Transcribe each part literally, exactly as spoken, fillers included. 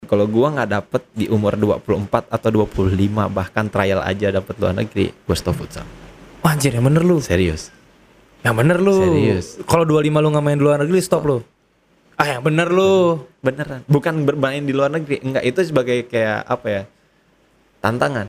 kalau gua nggak dapet di umur dua puluh empat atau dua puluh lima bahkan trial aja dapet luar negeri, gua stop futsal. Wah, anjir, yang bener lu. Serius. Yang bener lu. Serius. Kalau dua puluh lima lu nggak main di luar negeri, stop lu. Ah, yang bener lu. Beneran. Bukan bermain di luar negeri, enggak, itu sebagai kayak apa ya? Tantangan.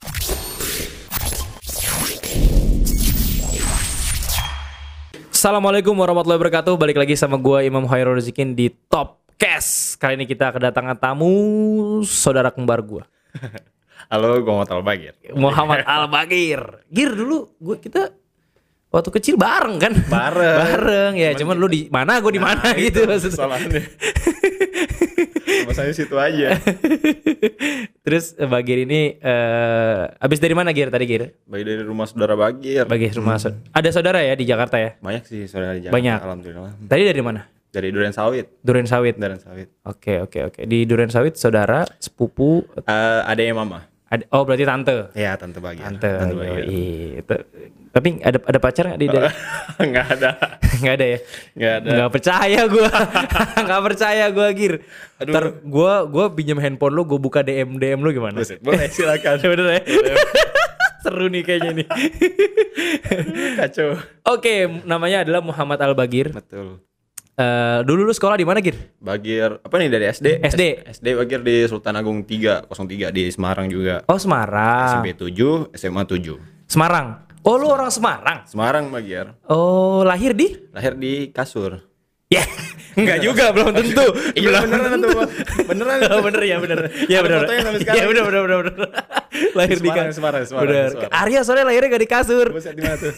Assalamualaikum warahmatullahi wabarakatuh. Balik lagi sama gua Imam Khairul Rizikin di Topcast. Kali ini kita kedatangan tamu saudara kembar gua. Halo, gua Muhammad Al-Bagir. Muhammad Al-Bagir. Gir, dulu gua kita waktu kecil bareng kan? Bareng. Bareng ya, cuman, cuman lu di mana, gua di mana nah, gitu maksudnya. Sama saya situ aja. Terus Bagir ini uh, abis dari mana Gir tadi Gir? Bagi dari rumah saudara Bagir. Bagi rumah hmm. so- ada saudara ya di Jakarta ya? Banyak sih saudara di Jakarta. Banyak. Alhamdulillah. Tadi dari mana? Dari Duren Sawit. Duren Sawit. Duren Sawit. Oke oke oke. Di Duren Sawit saudara, sepupu. Uh, adanya mama. Ada, oh berarti tante. Iya, tante Bagir. Tante. Tante Bagir. Iya. Tapi ada ada pacar nggak di dari? Nggak ada. Nggak ada ya? Nggak ada. Nggak percaya gue. Nggak percaya gue Gir. Aduh. Ntar gue gue pinjam handphone lu, gue buka D M D M lu gimana? Buset, boleh silakan. Bener ya? Seru nih kayaknya nih. Kacau. Oke, namanya adalah Muhammad Al-Bagir. Betul. Uh, dulu lu sekolah di mana Gir? Bagir apa nih dari S D? S D. S D Bagir di Sultan Agung tiga nol tiga di Semarang juga. Oh Semarang. S M P tujuh, S M A tujuh. Semarang. Oh lu orang Semarang? Semarang Bagir. Oh lahir di? Lahir di Kasur. Ya, enggak juga, belum tentu. Iya beneran tuh, beneran. Oh, bener ya, bener. Ya bener. Ya bener, bener, bener, bener. Lahir di Semarang, Semarang, Semarang. Bener. Semarang. Arya soalnya lahirnya gak di kasur. Buset, di mana tuh?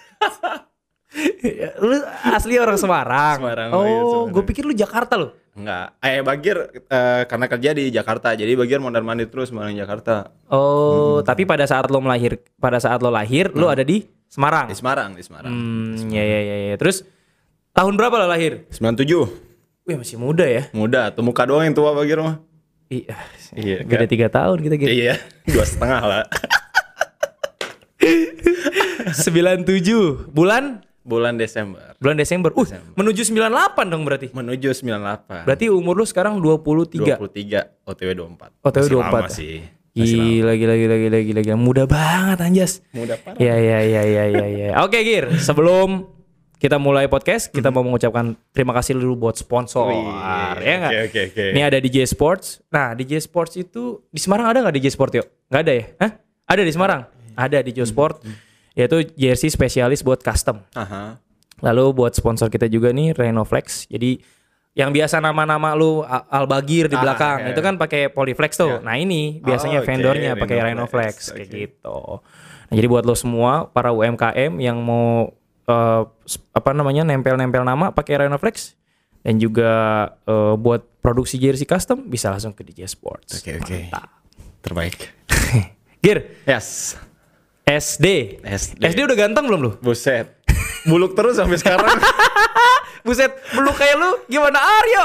Lu asli orang Semarang. Semarang. Oh, gue pikir lu Jakarta lu. Enggak. Eh Bagir uh, karena kerja di Jakarta, jadi Bagir mondar-mandir terus Semarang Jakarta. Oh, hmm. Tapi pada saat lo melahir, pada saat lo lahir, hmm. lo ada di Semarang. Di Semarang, di Semarang. Hmm, di Semarang. ya, ya, ya, ya. Terus tahun berapa lo lahir? sembilan tujuh. Wih, masih muda ya. Muda, tuh muka doang yang tua Bagir mah. Iya. Iya. Beda tiga tahun kita gitu. Iya, dua setengah lah. sembilan tujuh bulan. Bulan Desember. Bulan Desember. Uh, Desember. Menuju sembilan delapan dong berarti. Menuju sembilan delapan. Berarti umur lu sekarang dua puluh tiga. dua puluh tiga, O T W dua puluh empat. O T W dua puluh empat. Masih lama sih. Gila, gila, gila, gila, gila, gila. Muda banget anjas. Muda parah. Ya, ya, ya, ya, ya, ya. Oke, Gir. Sebelum kita mulai podcast, kita mau mengucapkan terima kasih dulu buat sponsor. Wih, ya nggak? Oke, oke, oke. Ini ada D J Sports. Nah, D J Sports itu di Semarang ada nggak D J Sports yuk? Nggak ada ya? Hah? Ada di Semarang? Ada D J Sports. Yaitu jersey spesialis buat custom. Aha. Lalu buat sponsor kita juga nih Rhenoflex. Jadi yang biasa nama-nama lu Al-Bagir di belakang ah, ya, itu kan pakai Polyflex tuh. Ya. Nah ini biasanya oh, vendornya okay. pakai Rhenoflex okay. kayak gitu. Nah, jadi buat lo semua para U M K M yang mau uh, apa namanya nempel-nempel nama pakai Rhenoflex dan juga uh, buat produksi jersey custom bisa langsung ke D J Sports. Oke okay, oke. Okay. Terbaik. Gir. Yes. S D. S D. S D udah ganteng belum lu? Buset. Buluk terus sampai sekarang. Buset, buluk kayak lu gimana Aryo?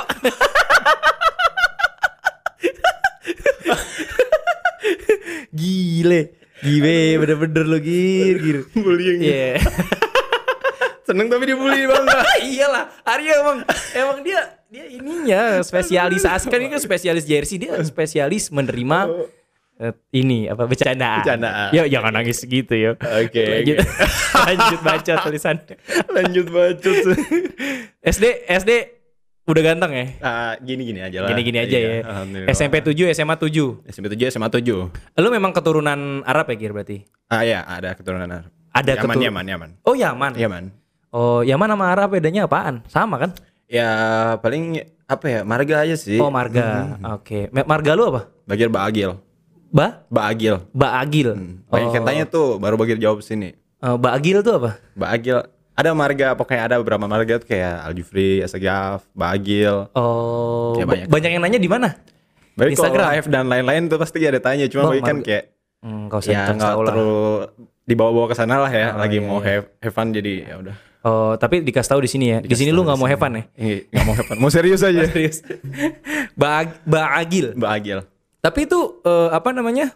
Gile. Gile, bener-bener lu Gir, Gir. Bullying. Iya. Seneng tapi dibully bang. Iyalah, Aryo emang emang dia dia ininya spesialisasi kan ini kan spesialis jersey, dia spesialis menerima oh. Uh, ini apa bercandaan. Bercandaan. Ya jangan nangis gitu ya. Oke. Okay, lanjut, okay. lanjut baca tulisannya. Lanjut baca. S D S D udah ganteng ya? Uh, gini-gini aja lah. Gini-gini aja iya, ya. S M P tujuh, S M A tujuh. S M P tujuh, S M A tujuh. Lu memang keturunan Arab ya Gir berarti? Ah ya, ada keturunan Arab. Ada Yaman, ketur... Yaman, Yaman. Oh Yaman. Yaman. Oh Yaman sama Arab bedanya apaan? Sama kan? Ya paling apa ya, marga aja sih. Oh marga. Hmm. Oke. Okay. Marga lu apa? Bagir Baagil. Ba? Baagil. Baagil. Hmm. Banyak yang tanya tuh, baru Bagir jawab sini. Uh, Baagil tuh apa? Baagil. Ada marga, pokoknya ada beberapa marga tuh kayak Al-Jufri, Asagaf, Baagil. Oh. Ya, banyak. banyak yang nanya di mana? Baik kalau live dan lain-lain tuh pasti ada tanya, cuma oh, bagi kan kayak hmm, ya nggak terlalu dibawa-bawa ke sana lah ya, oh, lagi iya, mau have, have fun jadi ya udah. Oh, tapi dikasih tahu di sini ya. Di sini lu nggak mau have fun ya? Nggak mau have fun, mau serius aja. Serius. Baag, Baagil. Baagil. Tapi itu uh, apa namanya?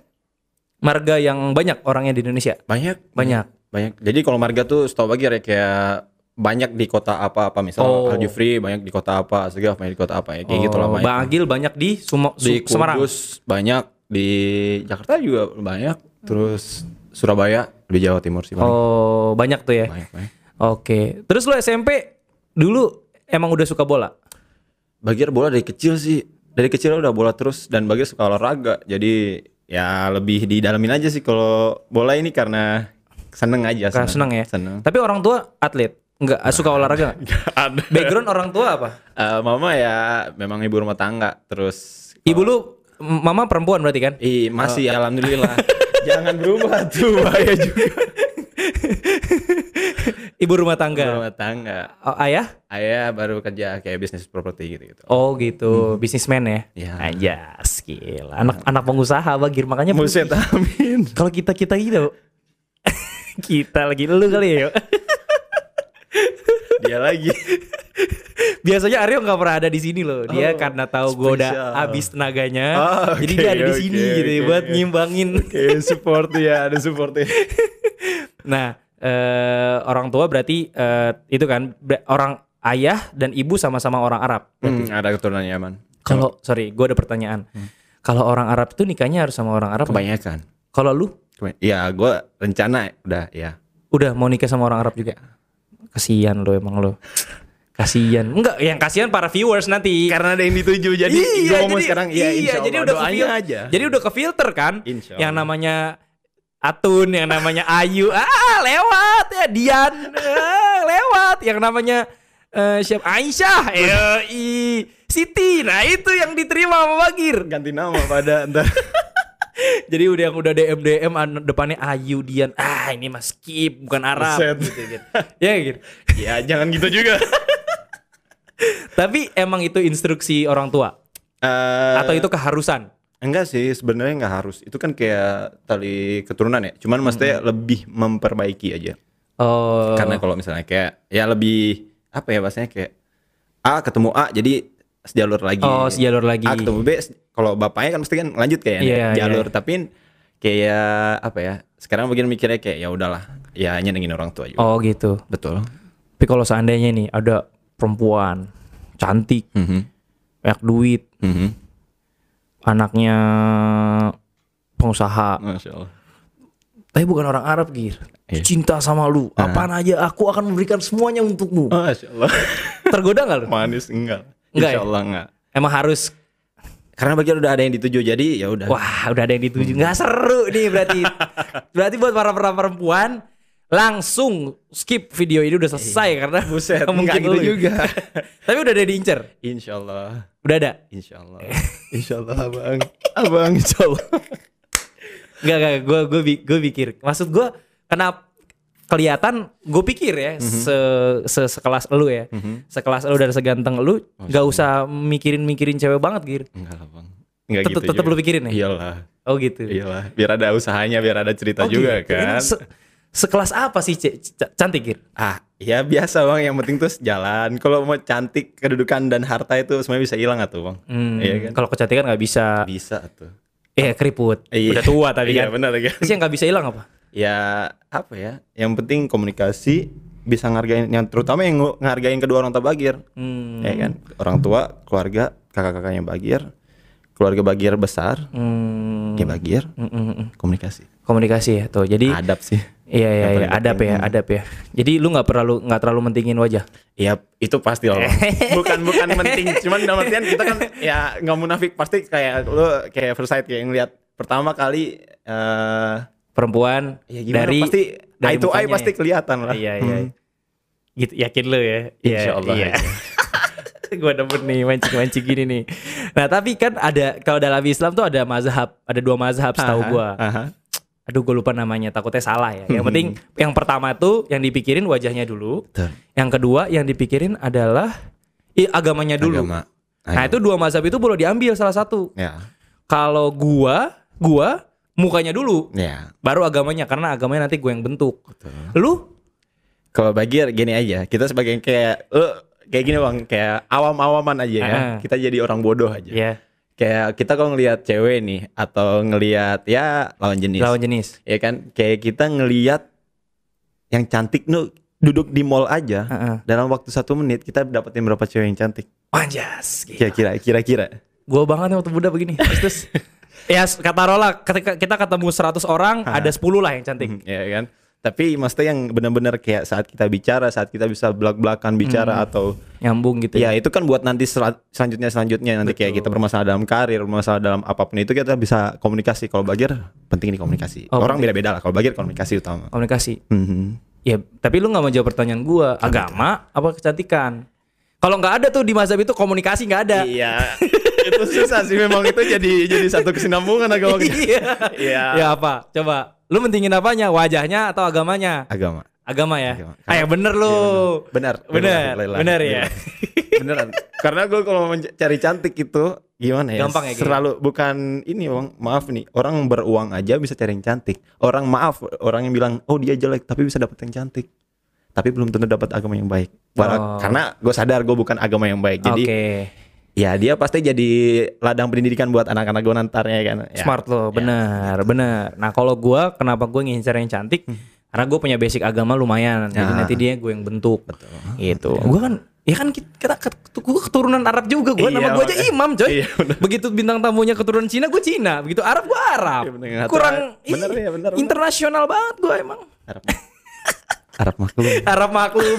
Marga yang banyak orangnya di Indonesia. Banyak. Banyak. Banyak. Jadi kalau marga tuh setahu Bagir ya kayak banyak di kota apa-apa, misal Oh. Al Jufri banyak di kota apa, Segaf banyak di kota apa ya, kayak gitu lah Oh, banyak. Bang Agil banyak di Sumo, Di Su- Semarang. Kudus banyak, di Jakarta juga banyak, terus Surabaya di Jawa Timur sih paling. Oh, banyak tuh ya. Banyak, banyak. Oke. Terus lu S M P dulu emang udah suka bola? Bagir bola dari kecil sih, dari kecil udah bola terus, dan Bagir suka olahraga, jadi ya lebih didalamin aja sih kalau bola ini karena seneng aja. Karena seneng ya. Seneng. Tapi orang tua atlet, nggak suka olahraga? Gak ada. Background orang tua apa? Eh, mama ya memang ibu rumah tangga, terus Ibu lu m- mama perempuan berarti kan? ih masih alhamdulillah. Jangan berubah tuh, bahaya juga. Ibu rumah tangga. Ibu rumah tangga. Oh, ayah? Ayah baru kerja kayak bisnis properti gitu-gitu. Oh gitu, bisnismen ya? Ya. Anjas, gila. Anak anak pengusaha Bagir, makanya Buset, amin. kalau kita kita gitu, kita lagi lu kali ya. Yuk. Dia lagi. Biasanya Aryo nggak pernah ada di sini loh. Dia Oh, karena tahu gue udah spesial. habis tenaganya, Oh, jadi oke, dia ada di oke, sini gitu ya oke, buat oke. nyimbangin. Kayak support ya, ada supportnya. Nah, eh, orang tua berarti eh, itu kan ber- orang ayah dan ibu sama-sama orang Arab. Hmm, ada keturunannya man. Kalau sorry, gue ada pertanyaan. Kalau orang Arab itu nikahnya harus sama orang Arab? nggak? Kebanyakan. Kalau lu Kebany- Ya gue rencana udah ya. udah mau nikah sama orang Arab juga? Kasian lo emang lo. Kasian. Enggak, yang kasihan para viewers nanti. Karena ada yang dituju, jadi gue ngomong sekarang ya insya Allah jadi udah doanya kefil- aja. Jadi udah ke filter kan? Insya Yang Allah. namanya Atun, yang namanya Ayu, ah lewat ya Dian, ah, lewat. Yang namanya eh, siapa? Aisyah, eh, i Siti. Nah itu yang diterima sama Bagir. Ganti nama pada ntar. Jadi udah yang udah D M D M an- depannya Ayu Dian. Ah ini mas skip bukan Arab. Buset. Gitu, gitu. Ya gitu. Ya jangan gitu juga. Tapi emang itu instruksi orang tua Eh, atau itu keharusan? Enggak sih, sebenarnya nggak harus. Itu kan kayak tali keturunan ya. Cuman maksudnya lebih memperbaiki aja. Oh. Karena kalau misalnya kayak ya lebih apa ya bahasanya kayak A ketemu A jadi sejalur lagi. Oh, sejalur lagi. A ketemu B, kalau bapaknya kan mesti kan lanjut kayak Iya, jalur. iya. Tapi kayak apa ya? Sekarang bagian mikirnya kayak ya udahlah, ya nyenengin orang tua juga. Oh gitu. Betul. Tapi kalau seandainya nih ada perempuan cantik, Mhm. banyak duit, Mhm. anaknya pengusaha, Masya Allah. tapi bukan orang Arab Gir, Iya. cinta sama lu, apaan aja aku akan memberikan semuanya untukmu. Masya Allah. Tergoda nggak lu? Manis enggak? Enggak Insya ya? Allah enggak. Emang harus, Karena bagian udah ada yang dituju jadi ya udah. wah udah ada yang dituju, nggak seru nih berarti. Berarti buat para para perempuan langsung skip video ini udah selesai karena Buset, nggak enggak gitu lu. juga. Tapi udah ada yang diincer, Insya Allah. udah ada. Insya Allah. Insya Allah abang. Abang insya Allah. Enggak, enggak, gue gue gue pikir. Maksud gue kenapa kelihatan gue pikir ya se, se sekelas lu ya. Sekelas lu dan seganteng lu enggak usah mikirin-mikirin cewek banget, Gir. Enggak lah bang. Enggak Tetep- gitu tetep juga. lu pikirin ya? Iyalah. Oh gitu. Iyalah. Biar ada usahanya, biar ada cerita Oh, juga gitu. kan. Emang se- sekelas apa sih C- C- cantik, Gir? Ah, ya biasa bang. Yang penting tuh jalan. Kalau mau cantik, kedudukan dan harta itu semuanya bisa hilang atuh bang. Hmm, Iya kan? Kalau kecantikan nggak bisa. Bisa tuh. Eh keriput. Iya. Udah tua tapi Iya kan. benar kan. Terus yang nggak bisa hilang apa? Ya apa ya? Yang penting komunikasi, bisa ngargain, yang terutama yang ngu- ngargain kedua orang tua Bagir. Hmm. Ya kan? Orang tua, keluarga, kakak-kakaknya Bagir, keluarga Bagir besar, Hmm. ya Bagir, Mm, mm, mm. komunikasi. Komunikasi ya tuh. Jadi Adab sih. iya iya Yang iya, paling adab penting. ya, adab ya. Jadi lu nggak terlalu nggak terlalu mentingin wajah. Ya itu pasti lah. Bang. Bukan bukan penting, cuman dalam artian kita kan ya nggak munafik, pasti kayak lu kayak first sight kayak ngeliat pertama kali eh Perempuan ya gimana, dari pasti dari eye to eye mukanya pasti ya? kelihatan lah. Iya iya. Hmm. Gitu yakin lu ya? Insya Allah Iya. aja. Gue dapet nih mancing-mancing gini nih. Nah tapi kan ada kalau dalam Islam tuh ada mazhab, ada dua mazhab setahu Aha, gue. aha. Aduh gue lupa namanya, takutnya salah ya. Yang penting yang pertama tuh yang dipikirin wajahnya dulu. Betul. Yang kedua yang dipikirin adalah i, agamanya dulu. Agama. Nah itu dua mazhab itu boleh diambil salah satu. Ya. Kalau gua, gua mukanya dulu, Ya. baru agamanya karena agamanya nanti gue yang bentuk. Betul. Lu? Kalau Bagir gini aja, kita sebagai kayak lu kayak gini bang, kayak awam-awaman aja ya. Ah. Kita jadi orang bodoh aja. Ya, Kayak kita kalau ngelihat cewek nih atau ngelihat ya lawan jenis, lawan jenis. ya kan? Kayak kita ngelihat yang cantik nu duduk di mall aja, Heeh. dalam waktu satu menit kita dapetin berapa cewek yang cantik? Anjas. Kira-kira, kira-kira. Gue banget nih waktu muda begini. Terus, terus ya kata Rola, ketika kita ketemu seratus orang, ada sepuluh lah yang cantik. Ya kan? Tapi maksudnya yang benar-benar kayak saat kita bicara, saat kita bisa belak-belakan bicara Hmm. atau Nyambung gitu. ya itu kan buat nanti sel- selanjutnya selanjutnya nanti kayak kita bermasalah dalam karir, bermasalah dalam apapun itu kita bisa komunikasi. Kalau Bagir penting nih komunikasi. Oh, Orang penting. beda-beda lah. Kalau Bagir komunikasi utama. Komunikasi. Mhm. Ya, tapi lu nggak mau jawab pertanyaan gue. Agama apa kecantikan? Kalau nggak ada tuh di mazhab itu komunikasi nggak ada. Iya. Itu susah sih memang itu jadi jadi satu kesinambungan agama. Iya. Iya. Ya apa? Coba. Lu mentingin apanya? Wajahnya atau agamanya? Agama. Agama ya. Agama. Ah, yang bener lu. Benar. Bener. Benar. Bener ya. Beneran. Karena gue kalau mencari cantik itu gimana ya? Gampang ya, gitu? Selalu bukan ini bang. Maaf nih. Orang beruang aja bisa cari yang cantik. Orang maaf. Orang yang bilang oh dia jelek tapi bisa dapet yang cantik. Tapi belum tentu dapat agama yang baik. Walau, Oh. Karena gue sadar gue bukan agama yang baik. Jadi Oke. ya dia pasti jadi ladang pendidikan buat anak-anak gue nantarnya kan. Ya. Smart lo, bener, bener. Nah kalau gue, kenapa gue ngincar yang cantik? Karena gue punya basic agama lumayan. Jadi Hmm. Ya. nanti dia gue yang bentuk. Betul. Gitu. Gue kan, ya kan kita, gue keturunan Arab juga. Gue Iya, nama gue aja makanya. imam, coy. Iya, bener. Begitu bintang tamunya keturunan Cina, gue Cina. Begitu Arab, gue Arab. Iya, bener, nggak Kurang, tahu. Bener ih, ya, bener, bener. internasional banget gue emang. Arab. Arab maklum. Arab maklum.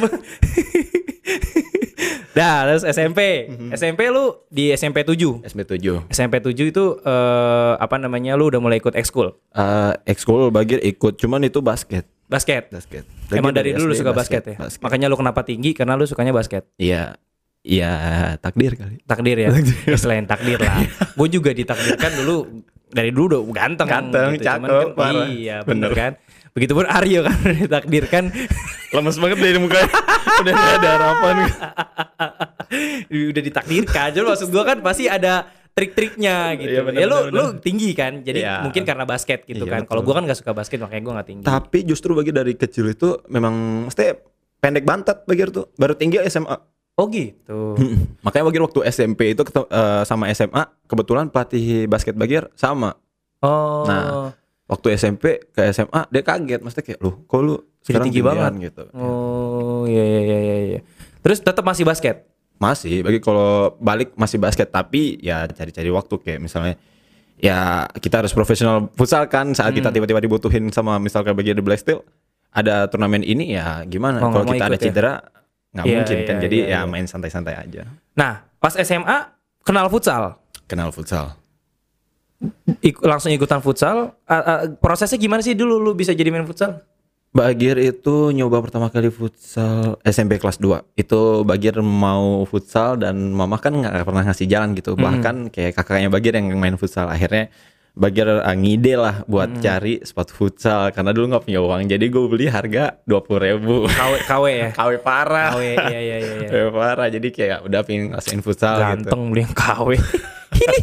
Dah, terus S M P. S M P lu di S M P tujuh. S M P tujuh. S M P tujuh itu eh, apa namanya, lu udah mulai ikut ekskul Eh, ekskul Bagir ikut, cuman itu basket. basket. Basket. Emang dari dulu lu S D suka basket, ya? Makanya lu kenapa tinggi? Karena lu sukanya basket. Iya. Iya, takdir kali. Takdir ya. Ya, selain takdir lah. Gue juga ditakdirkan dulu dari dulu udah ganteng. Ganteng, gitu. Cuman cakep, kan, parah. iya, bener, Bener. kan. Begitupun Aryo kan ditakdirkan Lemes banget dari mukanya. Udah gak ada harapan. udah ditakdirkan. Jadi maksud gue kan pasti ada trik-triknya gitu. Iya, bener, ya lu bener, lu bener. tinggi kan. Jadi Iya. mungkin karena basket gitu Iya, kan. Kalau betul. gue kan gak suka basket makanya gue gak tinggi. Tapi justru Bagir dari kecil itu memang mesti pendek bantet Bagir tuh. Baru tinggi S M A. Oh gitu. Makanya Bagir waktu S M P itu ketem- eh, sama S M A kebetulan pelatih basket Bagir sama. Oh. Nah, waktu S M P ke S M A dia kaget, maksudnya kayak lu kok lu sekarang tinggi tinggian banget. gitu. Oh iya iya iya iya, iya. Terus tetap masih basket. Masih, bagi kalau balik masih basket tapi ya cari-cari waktu kayak misalnya ya kita harus profesional futsal kan saat kita Hmm. tiba-tiba dibutuhin sama misalkan bagi The Black Steel ada turnamen ini ya gimana Mau nggak kalau mau kita ada ikut ya? cedera nggak Iya, mungkin kan iya, jadi iya, ya iya. main santai-santai aja. Nah, pas S M A kenal futsal. Kenal futsal. Ik- langsung ikutan futsal. A- a- prosesnya gimana sih dulu lu bisa jadi main futsal? Bagir itu nyoba pertama kali futsal S M P kelas dua. Itu Bagir mau futsal dan mama kan nggak pernah ngasih jalan gitu. Bahkan kayak kakaknya Bagir yang main futsal. Akhirnya Bagir uh, ngide lah buat cari sepatu futsal karena dulu nggak punya uang. Jadi gue beli harga dua puluh ribu. K W K W ya. K W parah. K W iya iya iya. iya. K W parah. Jadi kayak udah pengen ngasihin futsal gitu. Ganteng beli yang K W. Ini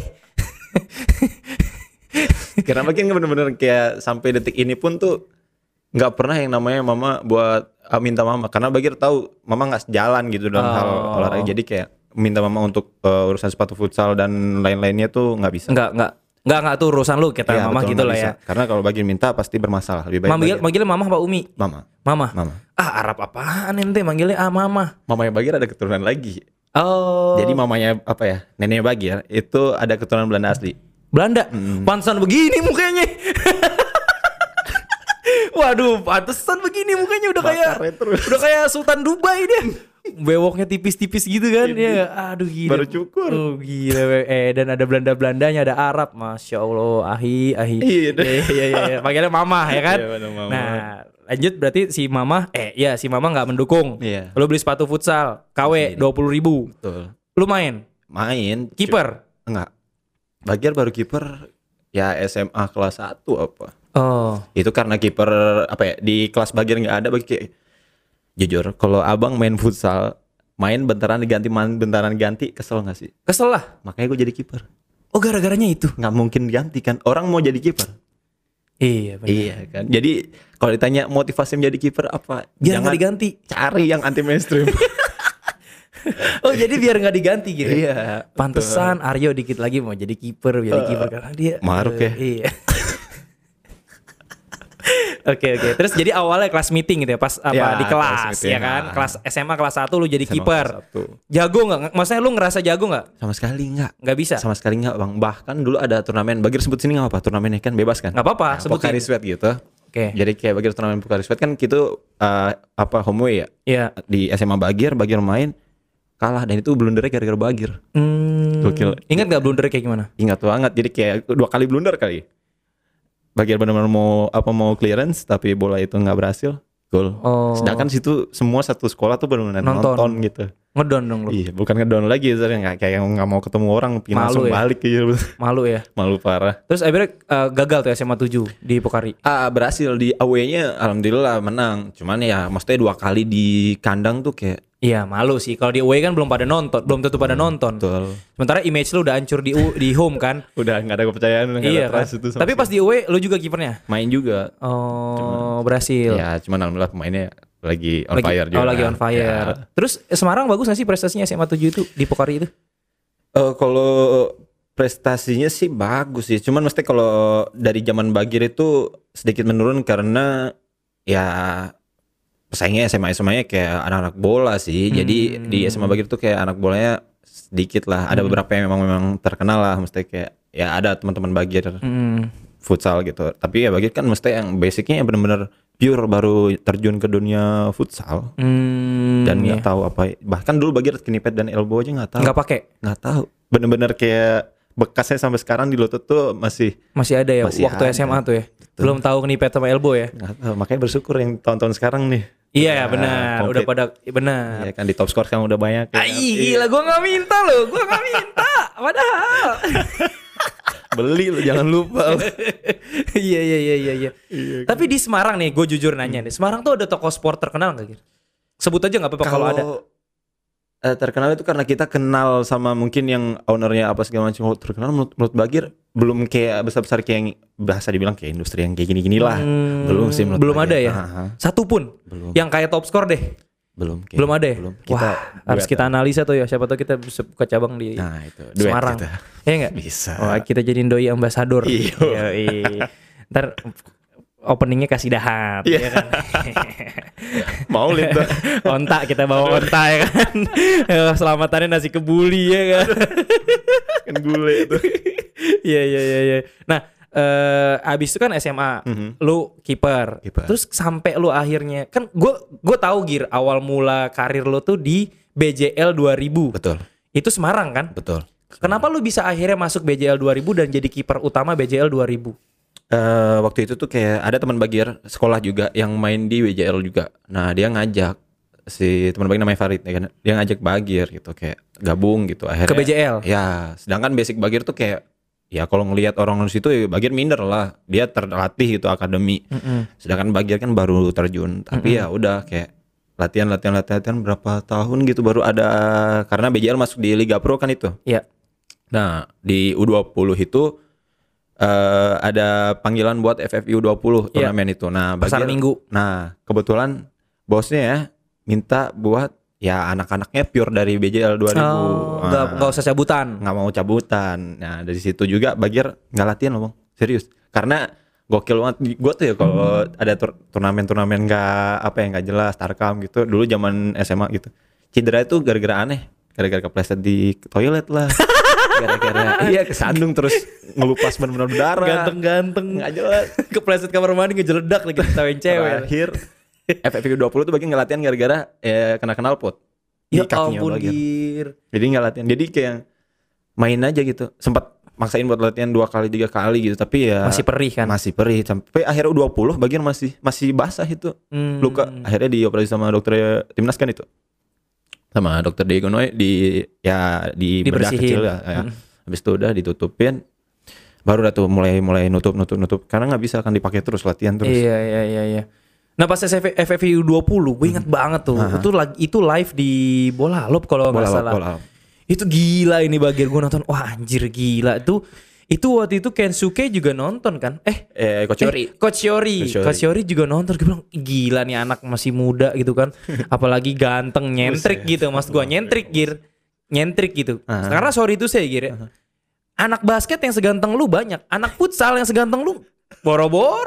Karena Bagir bener-bener kayak sampai detik ini pun tuh nggak pernah yang namanya mama buat ah, minta mama karena Bagir tahu mama nggak sejalan gitu dalam Oh. hal olahraga jadi kayak minta mama untuk uh, urusan sepatu futsal dan lain-lainnya tuh nggak bisa. enggak enggak enggak enggak tuh urusan lu kata Iya, mama betul, gitu nggak lah bisa. ya. Karena kalau Bagir minta pasti bermasalah. Lebih baik Manggil Bagir- manggilnya mama apa Umi? mama. Mama. Mama. Ah Arab apaan ente manggilnya ah mama. Mamanya Bagir ada keturunan lagi. Oh. Jadi mamanya apa ya? Neneknya Bagir itu ada keturunan Belanda asli. Belanda. Pantesan begini mukanya. Waduh, pantesan begini mukanya udah kayak Bakarnya terus. udah kayak Sultan Dubai dia. Bewoknya tipis-tipis gitu kan ya. Aduh gila. Baru cukur. Oh gila. Eh dan ada Belanda-Belandanya, ada Arab. Masya Allah, ahi ahi. Iya, dah. Iya iya iya. Panggilnya mama ya kan. Iya, bener, Mama. Nah, lanjut berarti si mama eh ya si mama nggak mendukung. Iya. Lu beli sepatu futsal K W dua puluh ribu. Betul. Lu main Main. kiper. Cu- Enggak. Bagir baru kiper ya S M A kelas satu apa. Oh. Itu karena kiper apa ya di kelas Bagir nggak ada bagi kayak jujur kalau abang main futsal main bentaran diganti main bentaran ganti kesel nggak sih? Kesel lah. Makanya gue jadi kiper. Oh gara-garanya itu. Nggak mungkin ganti kan orang mau jadi kiper. Iya benar. Iya kan. Jadi kalau ditanya motivasi menjadi kiper apa? Biar Jangan nggak diganti. cari yang anti mainstream. Oh jadi biar nggak diganti gitu. Iya, Pantesan Aryo dikit lagi mau jadi kiper, jadi kiper karena dia Maruk ya. eh, Iya. Oke oke. Terus jadi awalnya kelas meeting gitu ya, pas apa Ya, di kelas kelas meeting, ya kan? nah. Kelas S M A kelas satu lu jadi S M A kiper. kelas satu. Jago enggak? Maksudnya lu ngerasa jago enggak? Sama sekali enggak. Enggak bisa. Sama sekali enggak, Bang. Bahkan dulu ada turnamen, Bagir sebut sini enggak apa? Turnamennya kan bebas kan? Enggak apa-apa, Nah, sebutin. Pocari Sweat gitu. Oke. Jadi kayak Bagir turnamen Pocari Sweat kan gitu uh, apa home away ya? Iya. Di S M A Bagir, Bagir main kalah dan itu blundernya gara-gara Bagir. Hmm. Gokil. Ingat enggak blundernya kayak gimana? Ingat banget. Jadi kayak dua kali blunder kali. Bagir benar-benar mau apa mau clearance tapi bola itu nggak berhasil. Gol. Oh. Sedangkan situ semua satu sekolah tuh benar-benar Nonton. nonton. gitu. Ngedon dong lu. Iya, bukan ngedon lagi sebenarnya, nggak kayak nggak mau ketemu orang, pengen Malu langsung ya? balik gitu. Malu ya. Malu parah. Terus akhirnya uh, gagal tuh S M A tujuh di Pokari. Ah, berhasil di away-nya alhamdulillah menang. Cuman ya maksudnya dua kali di kandang tuh kayak Iya malu sih. Kalau di away kan belum pada nonton, belum tentu pada nonton. betul. Sementara image lu udah hancur di u- di home kan. Udah nggak ada kepercayaan, udah nggak Iya ada kan. trust itu sama Tapi pas di away lu juga kipernya. main juga. Oh berhasil. Ya, cuman alhamdulillah pemainnya lagi on lagi, fire juga. Oh lagi on fire. Ya. Terus eh, Semarang bagus gak sih prestasinya S M A tujuh itu di Pokari itu? Eh, kalau prestasinya sih bagus sih. Cuman mesti kalau dari zaman Bagir itu sedikit menurun karena ya pesaingnya S M A S M A-nya kayak anak-anak bola sih. Jadi Hmm. di S M A Bagir tuh kayak anak bolanya sedikit lah. Ada beberapa yang memang memang terkenal lah. Mesti kayak ya ada teman-teman Bagir Hmm. futsal gitu. Tapi ya Bagir kan mesti yang basicnya bener-bener pure baru terjun ke dunia futsal. Hmm, Dan nggak iya. tahu apa. Bahkan dulu Bagir knee pad dan elbow aja nggak tahu. Nggak pakai. Nggak tahu. Bener-bener kayak bekasnya sampai sekarang di lutut tuh masih Masih ada ya Masih waktu ada. S M A tuh ya. Belum tahu knee-pad sama elbow ya. nggak tahu. Makanya bersyukur yang tahun-tahun sekarang nih. Iya Udah benar, komplit. udah pada benar. Ya kan di top score sekarang udah banyak. ya kan? Ai, gila gua nggak minta loh, gua nggak minta. Padahal. Beli lu jangan lupa. Iya iya iya iya iya. Tapi di Semarang nih, gue jujur nanya nih. Semarang tuh ada toko sport terkenal nggak gitu? Sebut aja nggak apa-apa kalau ada. eh, terkenal itu karena kita kenal sama mungkin yang ownernya apa segala macam. Kalau terkenal menurut, menurut Bagir belum kayak besar-besar kayak yang bahasa dibilang kayak industri yang kayak gini-gini lah. Hmm, belum sih menurut belum Bagir. ada ya? Aha, Satu pun. belum. Yang kayak top score deh. Belum. kayak- Belum ada ya? Belum. Wah, harus kita analisa tuh ya. Siapa tahu kita bisa buka cabang di Nah itu duet Semarang. kita. Iya nggak? Bisa. Wah, kita jadiin doi ambasador. Iya. Yoi. Ntar openingnya kasih dahat. Iya. Ya kan? Mau lihat. Onta kita bawa onta ya kan. Eh, Selamatannya nasi kebuli ya kan. Kan gule itu. Iya iya iya iya. Nah, eh abis itu kan S M A, Mhm. lu kiper. Kiper. Terus sampai lu akhirnya kan gue gue tahu Gir awal mula karir lu tuh di B J L dua ribu. Betul. Itu Semarang kan? Betul. Kenapa lu bisa akhirnya masuk B J L dua ribu dan jadi kiper utama B J L dua ribu? Eh waktu itu tuh kayak ada teman Bagir sekolah juga yang main di W J L juga. Nah dia ngajak si teman Bagir namanya Farid ya kan. Dia ngajak Bagir gitu kayak gabung gitu akhirnya. Ke B J L? Ya, sedangkan basic Bagir tuh kayak ya kalau ngelihat orang di situ ya Bagir minder lah. Dia terlatih gitu akademi. Mm-mm. Sedangkan Bagir kan baru terjun. Tapi ya udah kayak latihan latihan latihan latihan berapa tahun gitu baru ada karena B J L masuk di Liga Pro kan itu. Iya. Nah, di U dua puluh itu eh ada panggilan buat F F I U dua puluh Iya. turnamen itu. Nah, Pasar Bagir- Minggu. Nah, kebetulan bosnya ya minta buat ya anak-anaknya pure dari B J L dua ribu. Oh, nggak Nah, nggak usah cabutan. nggak mau cabutan. Nah, dari situ juga Bagir nggak latihan loh, Bang. Serius. Karena gokil banget. Gue tuh ya kalau ada tur- turnamen-turnamen nggak apa ya nggak jelas, Tarkam gitu. Dulu zaman S M A gitu. Cedera itu gara-gara aneh. Gara-gara kepleset di toilet lah. Gara-gara iya kesandung terus ngelupas bener-bener berdarah. Ganteng-ganteng. Nggak jelas. Kepleset kamar mandi ngejeledak lagi ketawain cewek. Terakhir F F I U dua puluh tuh Bagir nggak latihan gara-gara ya kena knalpot di Ya kakinya ampun Bagir. Gir. Jadi nggak latihan. Jadi kayak main aja gitu. Sempat maksain buat latihan dua kali tiga kali gitu. Tapi ya Masih perih kan? masih perih. Sampai akhirnya U dua puluh Bagir masih masih basah itu. Hmm. Luka. Akhirnya dioperasi sama dokter timnas kan itu. Sama dokter Diego Noy di ya di bedah Dibersihin. kecil ya. ya. Hmm. Habis itu udah ditutupin. Baru dah tuh mulai mulai nutup nutup nutup karena nggak bisa kan dipakai terus latihan terus. Iya iya iya iya. Nah pas F F I U dua puluh gue inget banget tuh. Itu lagi itu live di Bola Lop kalau nggak Bola salah. bola. Itu gila ini Bagir gue nonton. Wah anjir gila. Itu itu waktu itu Kensuke juga nonton kan? Eh Eh Coach Yori. Eh, Coach Yori. Coach Yori. Coach Yori juga nonton. Gue bilang gila nih anak masih muda gitu kan. Apalagi ganteng nyentrik gitu. Mas gue nyentrik Gir. Nyentrik gitu. Aha. Karena sorry itu saya Gir ya. Anak basket yang seganteng lu banyak. Anak futsal yang seganteng lu boro-boro.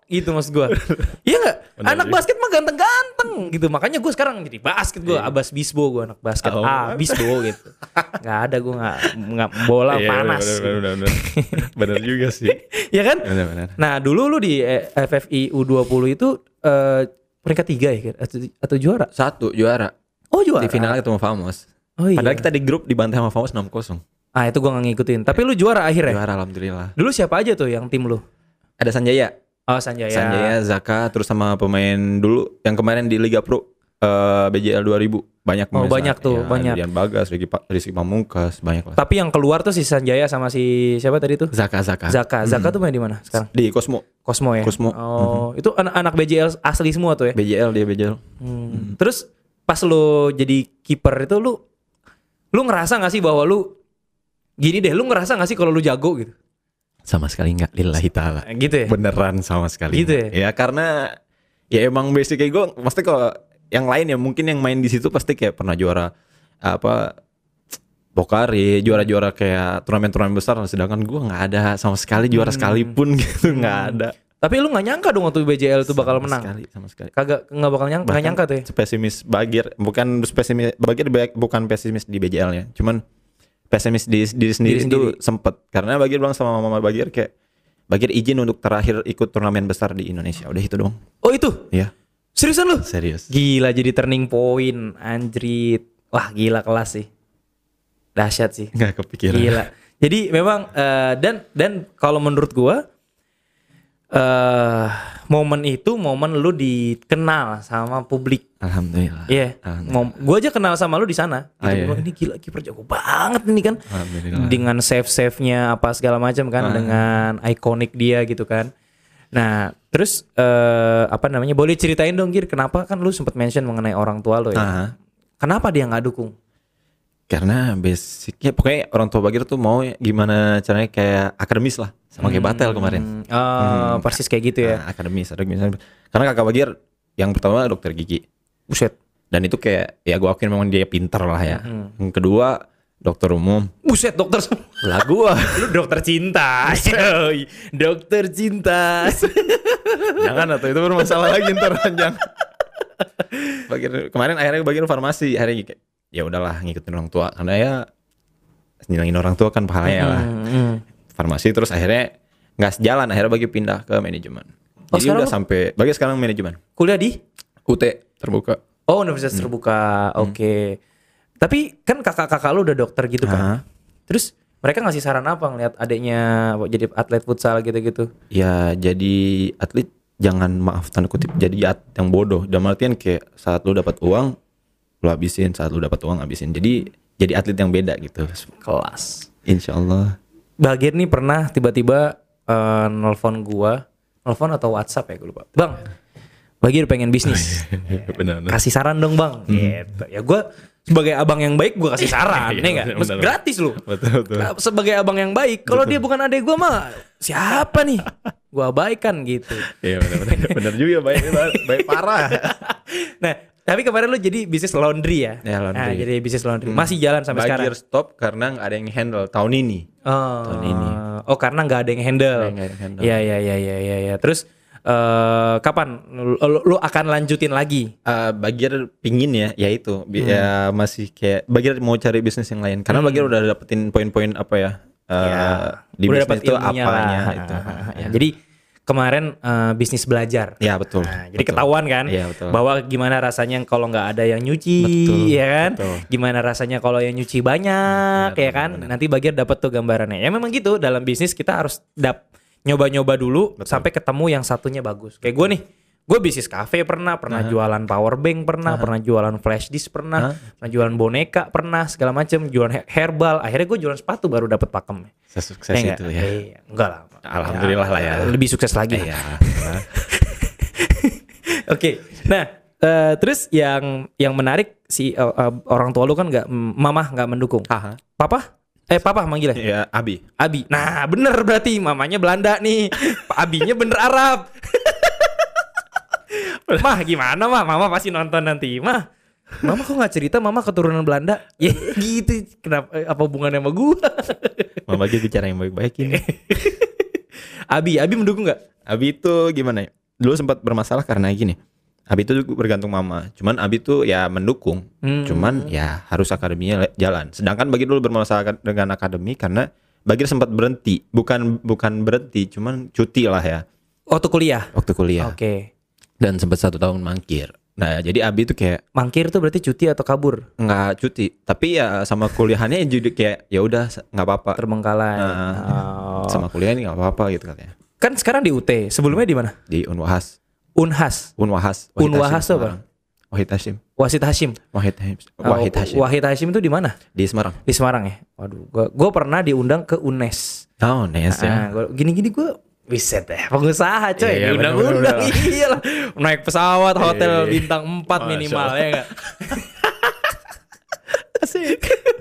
gitu maksud gue. Iya nggak? Anak basket mah ganteng-ganteng gitu. Makanya gue sekarang jadi basket gue. Iya. Abas Bisbo gue anak basket. Oh. Ah Bisbo gitu. Gak ada gue nggak nggak bola Iya, panas. Bener, bener, bener, bener. Bener juga sih. Ya kan? Bener, bener. Nah dulu lu di eh, F F I U dua puluh itu eh, peringkat tiga ya kan? Atau, atau juara? Satu juara. Oh juara. Di final ketemu Famos. Oh iya. Padahal kita di grup dibantai sama Famos enam kosong. Ah itu gue gak ngikutin. Tapi lu juara akhirnya? Juara alhamdulillah. Dulu siapa aja tuh yang tim lu? Ada Sanjaya. Oh Sanjaya. Sanjaya, Zaka, terus sama pemain dulu yang kemarin di Liga Pro uh, B J L dua ribu. Banyak Oh pemain. banyak tuh, Ya, banyak. Dian Bagas, Rizky, Pa- Rizky Pamungkas, banyak lah. Tapi yang keluar tuh si Sanjaya sama si siapa tadi tuh? Zaka, Zaka. Zaka. Zaka Hmm. tuh main di mana sekarang? Di Cosmo. Cosmo ya. Cosmo. Oh, itu anak-anak B J L asli semua tuh ya. B J L dia B J L. Hmm. Terus pas lu jadi kiper itu lu lu ngerasa gak sih bahwa lu gini deh, lu ngerasa gak sih kalau lu jago gitu? Sama sekali enggak, lillahi ta'ala. Gitu ya. Beneran sama sekali. Gitu ya? Ya karena ya emang basic kayak gue, pasti kalau yang lain ya mungkin yang main di situ pasti kayak pernah juara apa Pokari, juara-juara kayak turnamen-turnamen besar, sedangkan gue nggak ada sama sekali juara Hmm. sekalipun gitu, nggak ada. Tapi lu gak nyangka dong waktu B J L itu bakal Sama menang. Sekali, sama sekali. Kagak nggak bakal nyangka, nggak Bahkan nyangka tuh ya. Pesimis Bagir, bukan pesimis Bagir bukan pesimis di B J L-nya, cuman pesimis di diri sendiri, Diri itu sendiri. sempet karena Bagir bilang sama mama Bagir kayak Bagir izin untuk terakhir ikut turnamen besar di Indonesia, udah itu dong. Oh itu? Iya, Seriusan lu? serius. Gila jadi turning point, anjrit. Wah gila kelas sih. Dahsyat sih. Nggak kepikiran. Gila. Jadi memang eh, dan dan kalau menurut gua eh momen itu momen lu dikenal sama publik. Alhamdulillah. Iya. Alhamdulillah. Yeah. Gua aja kenal sama lu di sana. Gitu. Ah, iya. Gua bilang, ini gila kiper jago banget ini kan. Alhamdulillah. Dengan save-save-nya apa segala macam kan, Ah. dengan ikonik dia gitu kan. Nah, terus eh apa namanya? Boleh ceritain dong Gir, kenapa kan lu sempat mention mengenai orang tua lu ya? Ah. Kenapa dia nggak dukung? Karena basicnya pokoknya orang tua Bagir tuh mau gimana caranya kayak akademis lah, sama kayak Batel kemarin. Hmm, oh, persis kayak gitu ya. Nah, akademis, akademis. Karena kakak Bagir yang pertama dokter gigi. Buset. Dan itu kayak ya gue akuin memang dia pinter lah ya. Yang kedua dokter umum. Buset dokter. Lah gua Lu dokter cinta. Yoi. Dokter cinta. jangan atau itu bermasalah lagi ntar jangan. Bagir kemarin akhirnya Bagir farmasi, akhirnya kayak ya udahlah ngikutin orang tua karena ya nyenengin orang tua kan pahalanya lah. Hmm. Farmasi terus akhirnya nggak sejalan, akhirnya Bagir pindah ke manajemen. Oh, Jadi sekarang udah lu- sampai Bagir sekarang manajemen. Kuliah di? U T terbuka. Oh, universitas terbuka. Oke. Tapi kan kakak-kakak lu udah dokter gitu kan. Ah. Terus mereka ngasih saran apa ngeliat adiknya jadi atlet futsal gitu-gitu? Ya jadi atlet jangan maaf tanda kutip jadi atlet yang bodoh. Dalam artian kayak saat lu dapat uang lu habisin, saat lu dapat uang habisin. Jadi jadi atlet yang beda gitu. Kelas. Insya Allah. Bagir nih pernah tiba-tiba eh, nelfon gua, nelfon atau WhatsApp ya gue lupa. Bang, Bagir pengen bisnis. Benar. Kasih saran dong bang. Gitu. Ya gue sebagai abang yang baik gue kasih saran, Iya, nih nggak? benar, Mas- benar. Gratis loh. Betul betul. Nah, sebagai abang yang baik, kalau dia bukan adek gue mah siapa nih? Gue abaikan gitu. Iya benar benar. Benar juga baik baik parah. Nah, tapi kemarin lu jadi bisnis laundry ya? Ya, laundry. Nah, jadi bisnis laundry. Masih jalan sampai Bagir sekarang? stop karena nggak ada yang handle tahun ini. Oh, tahun ini. Oh, karena nggak ada yang handle. Nggak ada yang handle. Iya, iya, iya, iya, iya. Ya. Terus eh kapan lu, lu, lu akan lanjutin lagi? Uh, Bagir pingin ya, ya itu Bi- ya masih kayak Bagir mau cari bisnis yang lain karena Bagir udah dapetin poin-poin apa ya, uh, Ya, di udah bisnis dapet itu ilmunya apanya lah. itu. Ya, jadi kemarin eh, bisnis belajar. Ya betul. Nah, jadi betul. ketahuan kan Iya, betul. bahwa gimana rasanya kalau nggak ada yang nyuci, Betul, ya kan? betul. Gimana rasanya kalau yang nyuci banyak, Benar, ya kan? benar. Nanti Bagir dapat tuh gambarannya. Ya memang gitu dalam bisnis kita harus dap nyoba-nyoba dulu sampai ketemu yang satunya bagus. Kayak gue nih, gue bisnis kafe pernah, pernah jualan power bank pernah, pernah jualan flash disk pernah, pernah jualan boneka pernah, segala macam, jualan he- herbal. Akhirnya gue jualan sepatu baru dapat pakem. Sesukses Ya itu nggak? ya. Eh, enggak lah. Alhamdulillah lah ya. Lebih sukses lagi. Iya. Oke, nah eh, terus yang yang menarik si eh, eh, orang tua lu kan nggak, mama nggak mendukung. Haha. Papa? Eh papa manggilnya? Ya Abi. Abi. Nah bener berarti mamanya Belanda nih, abinya bener Arab. Mah gimana mah? Mama pasti nonton nanti. Mah, mama kok nggak cerita mama keturunan Belanda? Ya gitu. Kenapa? eh, Apa hubungannya sama gua? Mama Bagir bicara yang baik-baik ini. Abi, Abi mendukung nggak? Abi itu gimana ya? Dulu sempat bermasalah karena gini. Abi itu bergantung mama. Cuman Abi tuh ya mendukung. Hmm. Cuman ya harus akademinya jalan. Sedangkan Bagir dulu bermasalah dengan akademi karena Bagir sempat berhenti. Bukan bukan berhenti, cuman cuti lah ya. Waktu kuliah? Waktu kuliah. Oke. Okay. Dan sempat satu tahun mangkir. Nah jadi Abi tuh kayak mangkir tuh berarti cuti atau kabur? Nggak cuti, tapi ya sama kuliahannya jadi kayak ya udah nggak apa-apa. Terbengkalai. Nah, oh. Sama kuliah ini nggak apa-apa gitu katanya. Kan sekarang di U T, sebelumnya di mana? Di Unwahas. Unhas. Unwahas. Unwahas tuh apa? Wahid Hashim. Wasit Hashim. Wahid Hashim. Wahid Hashim. Wahid Hashim itu di mana? Di Semarang. Di Semarang ya. Waduh, gua, gua pernah diundang ke U N E S. Oh, U N E S ya. Nah, gini-gini gua Wiset ya, pengusaha coy, iya, diundang-undang, iyalah, naik pesawat, hotel iya, bintang empat minimal ya gak? Asik.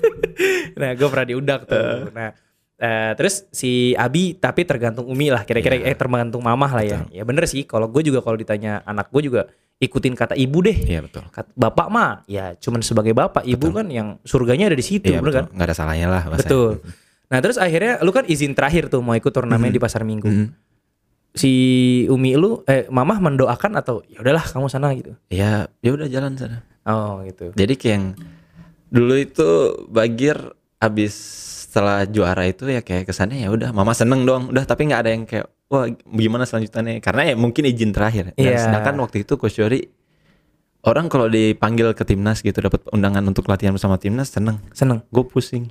Nah gue pernah diundang tuh, nah uh, terus si Abi tapi tergantung Umi lah, kira-kira yeah. eh tergantung mamah lah ya. Betul. Ya bener sih, kalau gue juga kalau ditanya anak gue juga ikutin kata ibu deh. Iya betul. Kata, bapak mah, ya cuman sebagai bapak, ibu betul. Kan yang surganya ada di situ, iya, bener betul. Kan? Gak ada salahnya lah. Bahasanya. Betul. Nah terus akhirnya lu kan izin terakhir tuh mau ikut turnamen mm-hmm. di Pasar Minggu. Mm-hmm. Si Umi lu eh mamah mendoakan atau ya udahlah kamu sana gitu. Ya, ya udah jalan sana. Oh gitu. Jadi kayak yang dulu itu Bagir abis setelah juara itu ya kayak kesannya ya udah mama seneng doang, udah tapi nggak ada yang kayak wah gimana selanjutnya karena ya mungkin izin terakhir. Dan yeah. sedangkan waktu itu Coach Yori orang kalau dipanggil ke timnas gitu dapat undangan untuk latihan bersama timnas seneng. Seneng. Gue pusing.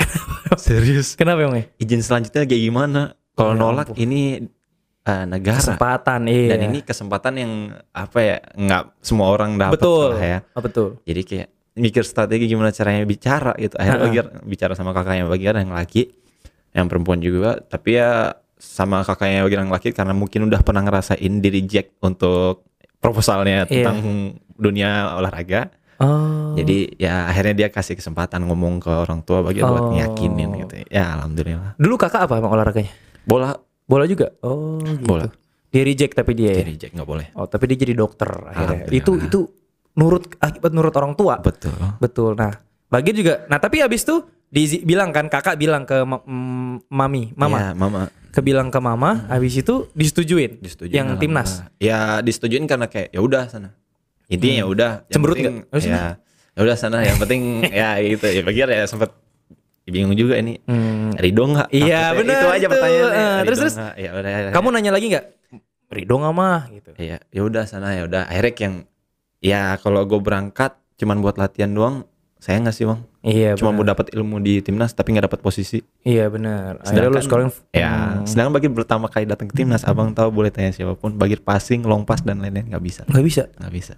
Serius. Kenapa emang? Izin selanjutnya kayak gimana? Kalau ya, nolak ampun. Ini uh, negara. Kesempatan, iya. Dan ini kesempatan yang apa ya? Nggak semua orang dapat. Betul. Ya. Oh, betul. Jadi kayak mikir strategi gimana caranya bicara gitu. Akhirnya uh-huh. Bagir bicara sama kakaknya Bagir yang laki, yang perempuan juga. Tapi ya sama kakaknya Bagir yang laki karena mungkin udah pernah ngerasain di reject untuk proposalnya tentang yeah. dunia olahraga. Oh. Jadi ya akhirnya dia kasih kesempatan ngomong ke orang tua Bagir oh. buat ngiyakinin gitu. Ya alhamdulillah. Dulu kakak apa emang olahraganya? Bola. Bola juga? Oh gitu. Bola. Dia reject tapi dia Dia reject gak boleh. Oh tapi dia jadi dokter akhirnya. Itu itu nurut akibat nurut orang tua. Betul. Betul. Nah Bagir juga. Nah tapi abis itu dibilang kan kakak bilang ke mm, mami, mama. Ya mama. Kebilang ke mama. Hmm. Abis itu disetujuin. Disetujuin. Yang timnas. Ya disetujuin karena kayak ya udah sana. Intinya hmm. ya udah. Cemberut nggak? Ya, ya udah sana. Yang penting ya gitu. Ya Bagir ya sempet bingung juga ini. Hmm. Ridho nggak? Iya benar. Itu aja pertanyaannya. Uh, terus terus. Ya udah. Ya, kamu nanya lagi nggak? Ridho nggak mah? Gitu. Iya. Ya udah sana ya udah. Akhirnya yang ya kalau gue berangkat cuman buat latihan doang. Saya nggak sih bang. Iya. Cuma mau dapat ilmu di timnas tapi nggak dapat posisi. Iya benar. Akhirnya lu sekarang. Ya. Hmm. Sedangkan Bagir pertama kali datang ke timnas, abang tahu boleh tanya siapapun. Bagir passing, long pass dan lain-lain nggak bisa. Nggak bisa. Nggak bisa.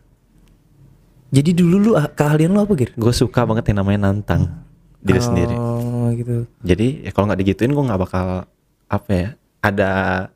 Jadi dulu lu keahlian lu apa Gir? Gue suka banget yang namanya nantang diri oh, sendiri. Oh gitu. Jadi ya kalau nggak digituin gue nggak bakal apa ya? Ada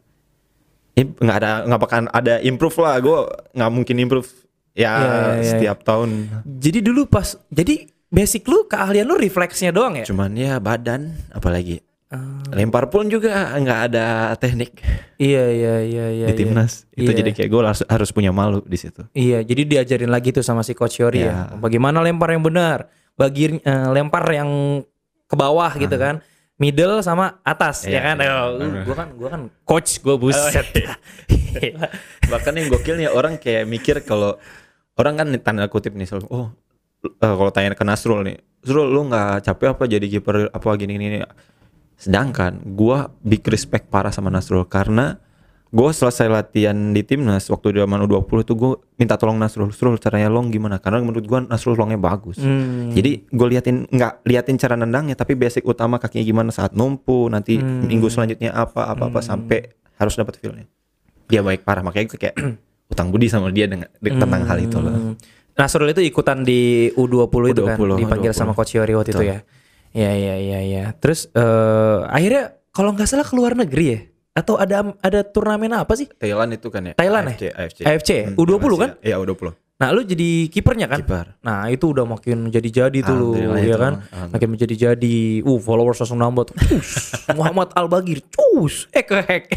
nggak ada nggak bakal ada improve lah. Gue nggak mungkin improve ya, ya, ya setiap ya. tahun. Jadi dulu pas jadi basic lu keahlian lu refleksnya doang ya? Cuman ya badan apalagi. Uh. Lempar pun juga nggak ada teknik. Iya iya iya iya. Di timnas iya. Itu iya. Jadi kayak gue harus, harus punya malu di situ. Iya, jadi diajarin lagi tuh sama si Coach Yori ya. ya. Bagaimana lempar yang benar, bagi uh, lempar yang ke bawah uh. gitu kan, middle sama atas iya, ya kan. Iya. Oh, uh, gue kan gue kan coach gue buset. Oh, iya. Bahkan yang gokilnya orang kayak mikir kalau orang kan tanda kutip nih selalu, oh uh, kalau tanya ke Nasrul nih, Nasrul lu nggak capek apa jadi kiper apa gini-gini. Sedangkan gue big respect parah sama Nasrul karena gue selesai latihan di timnas waktu di zaman U dua puluh tuh gue minta tolong Nasrul, Nasrul caranya long gimana? Karena menurut gue Nasrul longnya bagus. Hmm. Jadi gue liatin nggak liatin cara nendangnya tapi basic utama kakinya gimana saat numpu nanti hmm. minggu selanjutnya apa apa apa hmm. sampai harus dapat feel-nya. Dia baik parah makanya gue kayak utang budi sama dia dengan hmm. tentang hal itu loh. Nasrul itu ikutan di U dua puluh itu kan dipanggil U dua puluh sama Coach Yori waktu itu ya. Ya ya ya ya. Terus uh, akhirnya kalau nggak salah keluar negeri ya? Atau ada ada turnamen apa sih? Thailand itu kan ya. Thailand A F C, ya. A F C. A F C. Hmm, U dua puluh kan? Iya U dua puluh. Nah lu jadi kipernya kan? Kiper. Nah itu udah makin jadi-jadi tuh lu ya kan? Makin menjadi-jadi. Uh followers langsung nambah tuh. Muhammad Al-Bagir. Cus. Eh kehack.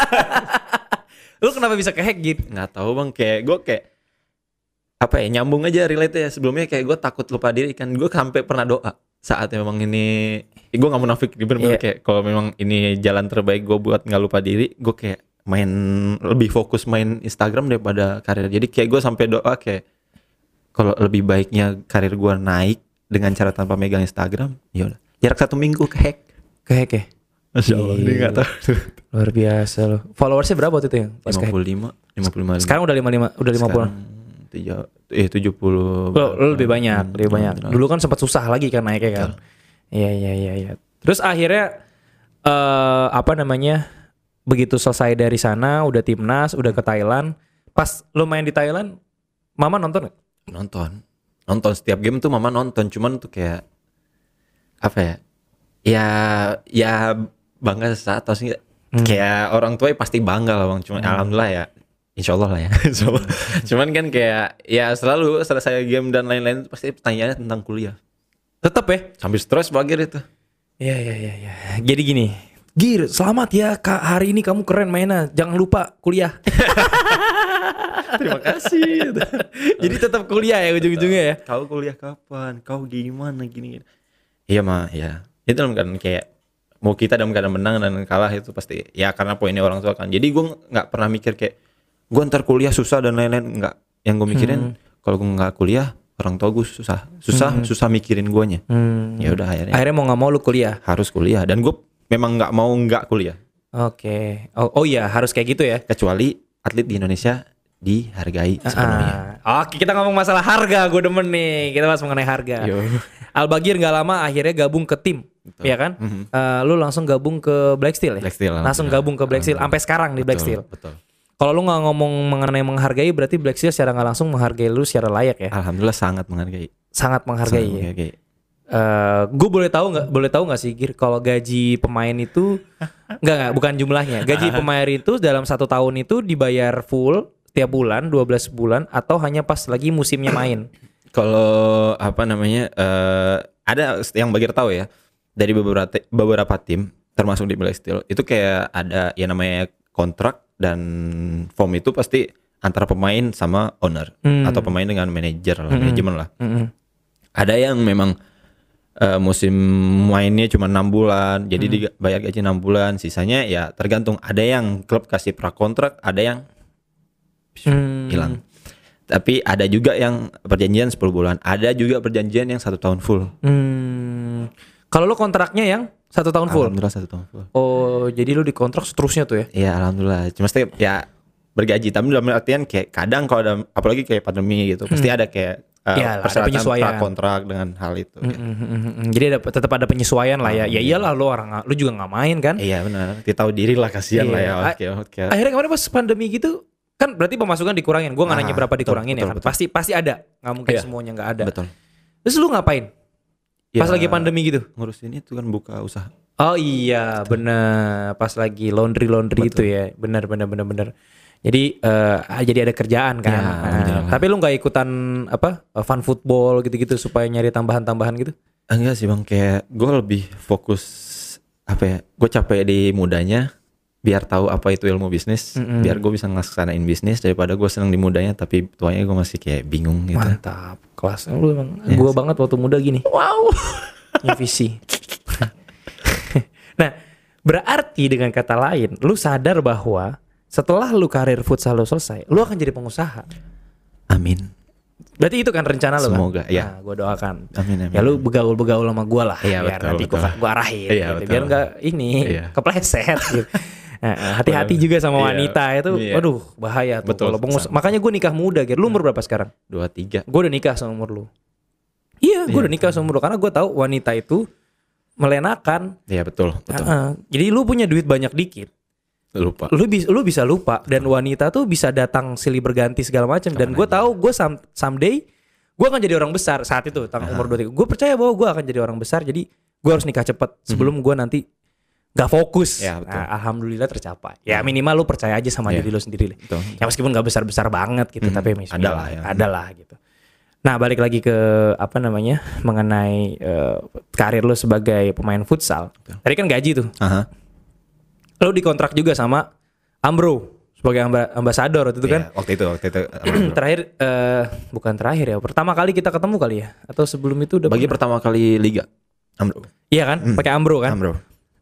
Lu kenapa bisa kehack gitu? Nggak tahu bang. Kayak gue kayak apa ya nyambung aja relate ya. Sebelumnya kayak gue takut lupa diri kan. Gue sampai pernah doa. Saatnya memang ini gue nggak munafik bener-bener yeah. Kayak kalau memang ini jalan terbaik gue buat nggak lupa diri gue kayak main lebih fokus main Instagram daripada karir. Jadi kayak gue sampai doa kayak kalau lebih baiknya karir gue naik dengan cara tanpa megang Instagram, ya udah. Jarak satu minggu ke hack. Ke hack ya? Masya Allah, ini nggak tahu. Luar biasa loh. Followersnya berapa waktu itu ya? lima puluh lima, lima puluh lima. Sekarang udah lima puluh lima, udah lima puluh. Tiga, eh tujuh puluh. Lo, lo lebih banyak, hmm, lebih banyak. Dulu kan sempat susah lagi kan naiknya kan. Iya iya iya. Ya. Terus akhirnya uh, apa namanya? Begitu selesai dari sana, udah timnas, udah ke Thailand. Pas lo main di Thailand, mama nonton nggak? Nonton, nonton setiap game tuh mama nonton. Cuman tuh kayak apa ya? Ya, ya bangga sesaat atau sih. Hmm. Kayak orang tua pasti bangga lah bang. Cuman hmm. alhamdulillah ya. Insya Allah lah ya. Hmm. Cuman kan kayak ya selalu selesai game dan lain-lain pasti pertanyaannya tentang kuliah. Tetap ya? Sambil stres bagir itu. Iya iya iya. Ya. Jadi gini, Gir, selamat ya kak, hari ini kamu keren mainnya. Jangan lupa kuliah. Terima kasih. Jadi tetap kuliah ya ujung-ujungnya ya. Kau kuliah kapan? Kau gimana gini? Iya mah ya. Itu kan kayak mau kita dalam keadaan menang dan kalah itu pasti ya karena poinnya orang tua kan. Jadi gue nggak pernah mikir kayak gue ntar kuliah susah dan lain-lain, nggak. Yang gue mikirin hmm. kalau gue nggak kuliah orang tua gue susah, susah, hmm. susah mikirin guanya. Hmm. Ya udah akhirnya. Akhirnya mau nggak mau lu kuliah. Harus kuliah dan gue memang nggak mau nggak kuliah. Oke. Okay. Oh, oh iya harus kayak gitu ya. Kecuali atlet di Indonesia dihargai sepenuhnya. Ah. Oke, kita ngomong masalah harga, gue demen nih. Kita bahas mengenai harga. Al-Bagir nggak lama akhirnya gabung ke tim, betul. Ya kan? Mm-hmm. Uh, lu langsung gabung ke Black Steel ya? Black Steel, langsung gabung ke Black Steel sampai sekarang di Black Steel. Betul. Kalau lu nggak ngomong mengenai menghargai, berarti Black Steel secara nggak langsung menghargai lu secara layak ya? Alhamdulillah sangat menghargai. Sangat menghargai. Sangat menghargai. Ya? Uh, gue boleh tahu nggak? Boleh tahu nggak sih, Gir? Kalau gaji pemain itu nggak nggak bukan jumlahnya. Gaji pemain itu dalam satu tahun itu dibayar full tiap bulan, dua belas bulan, atau hanya pas lagi musimnya main? Kalau apa namanya, uh, ada yang Bagir tahu ya, dari beberapa te- beberapa tim, termasuk di Black Steel, itu kayak ada yang namanya kontrak dan form itu pasti antara pemain sama owner, hmm. atau pemain dengan manajer lah, hmm. manajemen lah. Hmm. Ada yang memang uh, musim mainnya cuma enam bulan, jadi hmm. dibayar gaji enam bulan, sisanya ya tergantung. Ada yang klub kasih prakontrak, ada yang hmm. hilang. Tapi ada juga yang perjanjian sepuluh bulan, ada juga perjanjian yang satu tahun full. Hmm. Kalau lo kontraknya yang satu tahun full? Alhamdulillah satu tahun full. Oh, jadi lo dikontrak seterusnya tuh ya? Iya, alhamdulillah. Cuma setiap ya bergaji, tapi dalam artian kayak kadang kalau ada, apalagi kayak pandemi gitu, hmm. pasti ada kayak uh, ya, persyaratan prakontrak dengan hal itu. Hmm, gitu. hmm, hmm, hmm. Jadi ada, tetap ada penyesuaian lah ya. Ya iyalah lo orang, lo juga nggak main kan? Iya benar. Kita tahu diri lah, kasihan iya. lah ya. Oke, oke. Akhirnya kemarin pas pandemi gitu. Kan berarti pemasukan dikurangin. Gue nggak ah, nanya berapa dikurangin betul, ya kan. Betul. Pasti pasti ada. Nggak mungkin yeah. semuanya nggak ada. Betul. Terus lu ngapain? Pas ya, lagi pandemi gitu? Ngurusin itu kan buka usaha. Oh iya benar. Pas lagi laundry laundry betul. Itu ya. Benar benar benar benar. Jadi uh, jadi ada kerjaan kan. Ya, nah, tapi lu nggak ikutan apa fun football gitu-gitu supaya nyari tambahan-tambahan gitu? Enggak sih bang. Kayak gue lebih fokus apa ya? Gue capek di mudanya. Biar tahu apa itu ilmu bisnis, mm-hmm. biar gue bisa ngelaksanain bisnis daripada gue seneng di mudanya tapi tuanya gue masih kayak bingung gitu. Mantap, kelas lu emang. Yes. Gue banget waktu muda gini. Wow, punya visi. Nah, berarti dengan kata lain, lu sadar bahwa setelah lu karir futsal lu selesai, lu akan jadi pengusaha. Amin. Berarti itu kan rencana lu kan? Semoga ya. Nah, gue doakan. Amin, amin. Ya lu begaul-begaul sama gue lah. Iya, biar betul, nanti gue gue arahin. Iya, gitu. Biar nggak ini iya. kepleset. Gitu. Nah, hati-hati juga sama wanita iya, itu, iya. Waduh bahaya tuh. Betul. Kalau pengus- makanya gue nikah muda, gitu. Lu umur berapa sekarang? dua puluh tiga. Gue udah nikah sama umur lu. Iya, gue iya, udah nikah sama umur lu karena gue tahu wanita itu melenakan. Iya betul. betul. Uh-uh. Jadi lu punya duit banyak dikit. Lupa. Lu bisa, lu bisa lupa dan wanita tuh bisa datang silih berganti segala macam. Dan gue tahu gue some, someday gue akan jadi orang besar saat itu tanggal uh-huh. umur dua puluh tiga. Gue percaya bahwa gue akan jadi orang besar. Jadi gue harus nikah cepat sebelum uh-huh. gue nanti gak fokus. Ya, nah, alhamdulillah tercapai. Ya minimal lu percaya aja sama ya. Diri lu sendiri. Betul. Ya meskipun gak besar-besar banget gitu, hmm, tapi misalnya adalah ya. Adalah gitu. Nah, balik lagi ke apa namanya? Mengenai uh, karir lu sebagai pemain futsal. Betul. Tadi kan gaji tuh. Uh-huh. Lu dikontrak juga sama Ambro sebagai amba, ambasador waktu itu kan? Ya, waktu itu, waktu itu. Terakhir uh, bukan terakhir ya. Pertama kali kita ketemu kali ya? Atau sebelum itu udah bagi pernah? Pertama kali liga. Ambro. Iya kan? Hmm. Pakai Ambro kan? Ambro.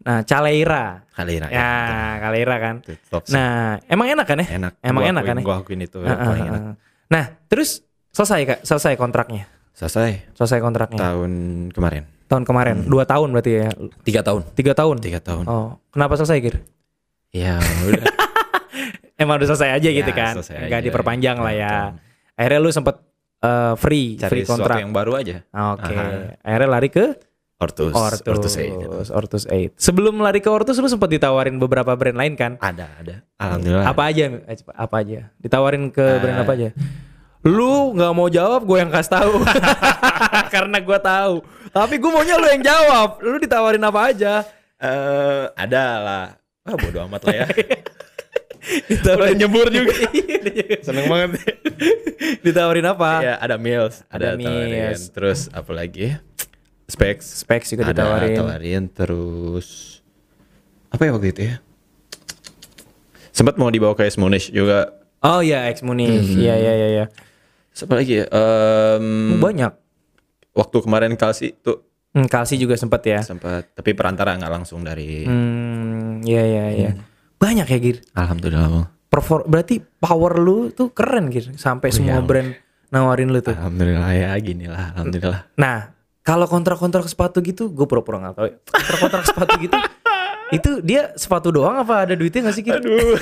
Nah, Caleira. Caleira Ya, ya. Caleira kan. Itu top sih. Nah, emang enak kan ya? Enak. Emang Gua enak akuin, kan ya? Gua akuin itu Uh, uh, paling uh, enak. uh. Nah, terus selesai Kak, selesai kontraknya. Selesai Selesai kontraknya. tahun kemarin. Tahun kemarin, dua tahun berarti ya. Tiga tahun. Tiga tahun. Tiga tahun. Oh, kenapa selesai Gir? Ya udah. Emang udah selesai aja gitu Ya, kan? selesai Enggak aja. diperpanjang lah ya. Betul. Akhirnya lu sempet uh, free, Cari free sesuatu kontrak. yang baru aja. Oke. Aha. Akhirnya lari ke Ortus. Ortus. Ortus eight. Ortus eight. Sebelum lari ke Ortus lu sempat ditawarin beberapa brand lain kan? Ada, ada. Alhamdulillah. Apa aja? Eh, cepat, apa aja? Ditawarin ke Eh. brand apa aja? Lu nggak mau jawab, gue yang kasih tahu. Karena gue tahu. Tapi gue maunya lu yang jawab. Lu ditawarin apa aja? Eh, ada lah. Ah, bodo amat lah ya. Ditawarin nyebur juga. Seneng banget. Ditawarin apa? Ya, ada Mills, Ada ada, tawarin. Mills. Terus apa lagi? Specs. Specs juga Ada ditawarin. tawarin terus apa ya waktu itu ya? Sempat mau dibawa ke Esmonish juga. Oh iya, Ex Munich. Iya iya iya iya. Siapa lagi ya? Em, Banyak. waktu kemarin Kalsi tuh Hmm, Kalsi juga sempat ya. sempat, tapi perantara nggak langsung dari. Hmm, iya iya iya. Banyak ya Gir. Alhamdulillah Bang. Perfor berarti power lu tuh keren Gir. Sampai semua Iya. brand nawarin lu tuh. Alhamdulillah ya gini lah, alhamdulillah. Nah, kalau kontrak-kontrak sepatu gitu, gue pura-pura nggak tahu. Ya. Kontrak-kontrak sepatu gitu, itu dia sepatu doang apa ada duitnya nggak sih? Gir? Aduh.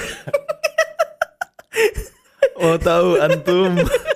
Mau tahu antum?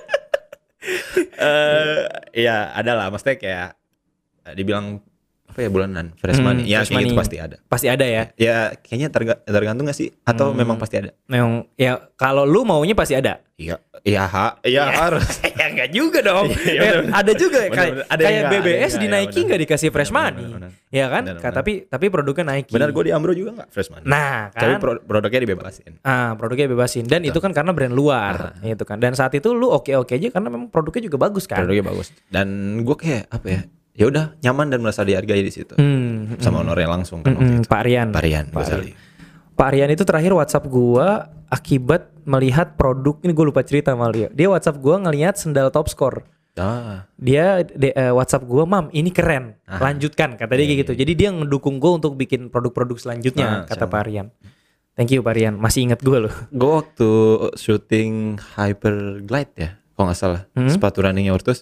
Eh, ya ada lah, maksudnya kayak eh, dibilang apa ya bulanan, fresh Hmm, money. Ya fresh kayak gitu money. pasti ada. Pasti ada ya. Ya kayaknya terga- tergantung gak sih? Atau Hmm. memang pasti ada? Memang ya kalau lu maunya pasti ada. Iya, iya, ha, iya harus. ya enggak juga dong. Iya, Eh, bener-bener. ada juga kayak Bener-bener. Ada yang kayak enggak, B B ada yang S di enggak, ya, Nike bener. nggak dikasih fresh Bener, money. bener, bener. Ya kan? Bener, Ka- bener. Tapi tapi produknya Nike. Benar, gue di Ambro juga gak fresh money. Nah, Tapi kan. pro- produknya dibebasin. Ah, produknya bebasin dan itu kan karena brand luar, Ah. itu kan. Dan saat itu lu oke-oke aja karena memang produknya juga bagus kan. Produknya bagus. Dan gue kayak apa ya? Ya udah nyaman dan merasa dihargai di situ. Hmm, Sama ownernya langsung kan waktu hmm, itu. Pak Rian. Pak Rian, Pak Gosali. Pak Rian itu terakhir WhatsApp gua akibat melihat produk ini, gue lupa cerita sama dia. Dia WhatsApp gua ngelihat sendal top score. Ah, Dia de- eh, WhatsApp gua, "Mam, ini keren. Ah. Lanjutkan." Kata dia kayak gitu. Jadi dia ngedukung gua untuk bikin produk-produk selanjutnya, Ah, kata sama. Pak Rian. Thank you Pak Rian, masih ingat gua loh. gue waktu syuting Hyperglide ya, kalau nggak salah, Hmm? sepatu runningnya Ortus.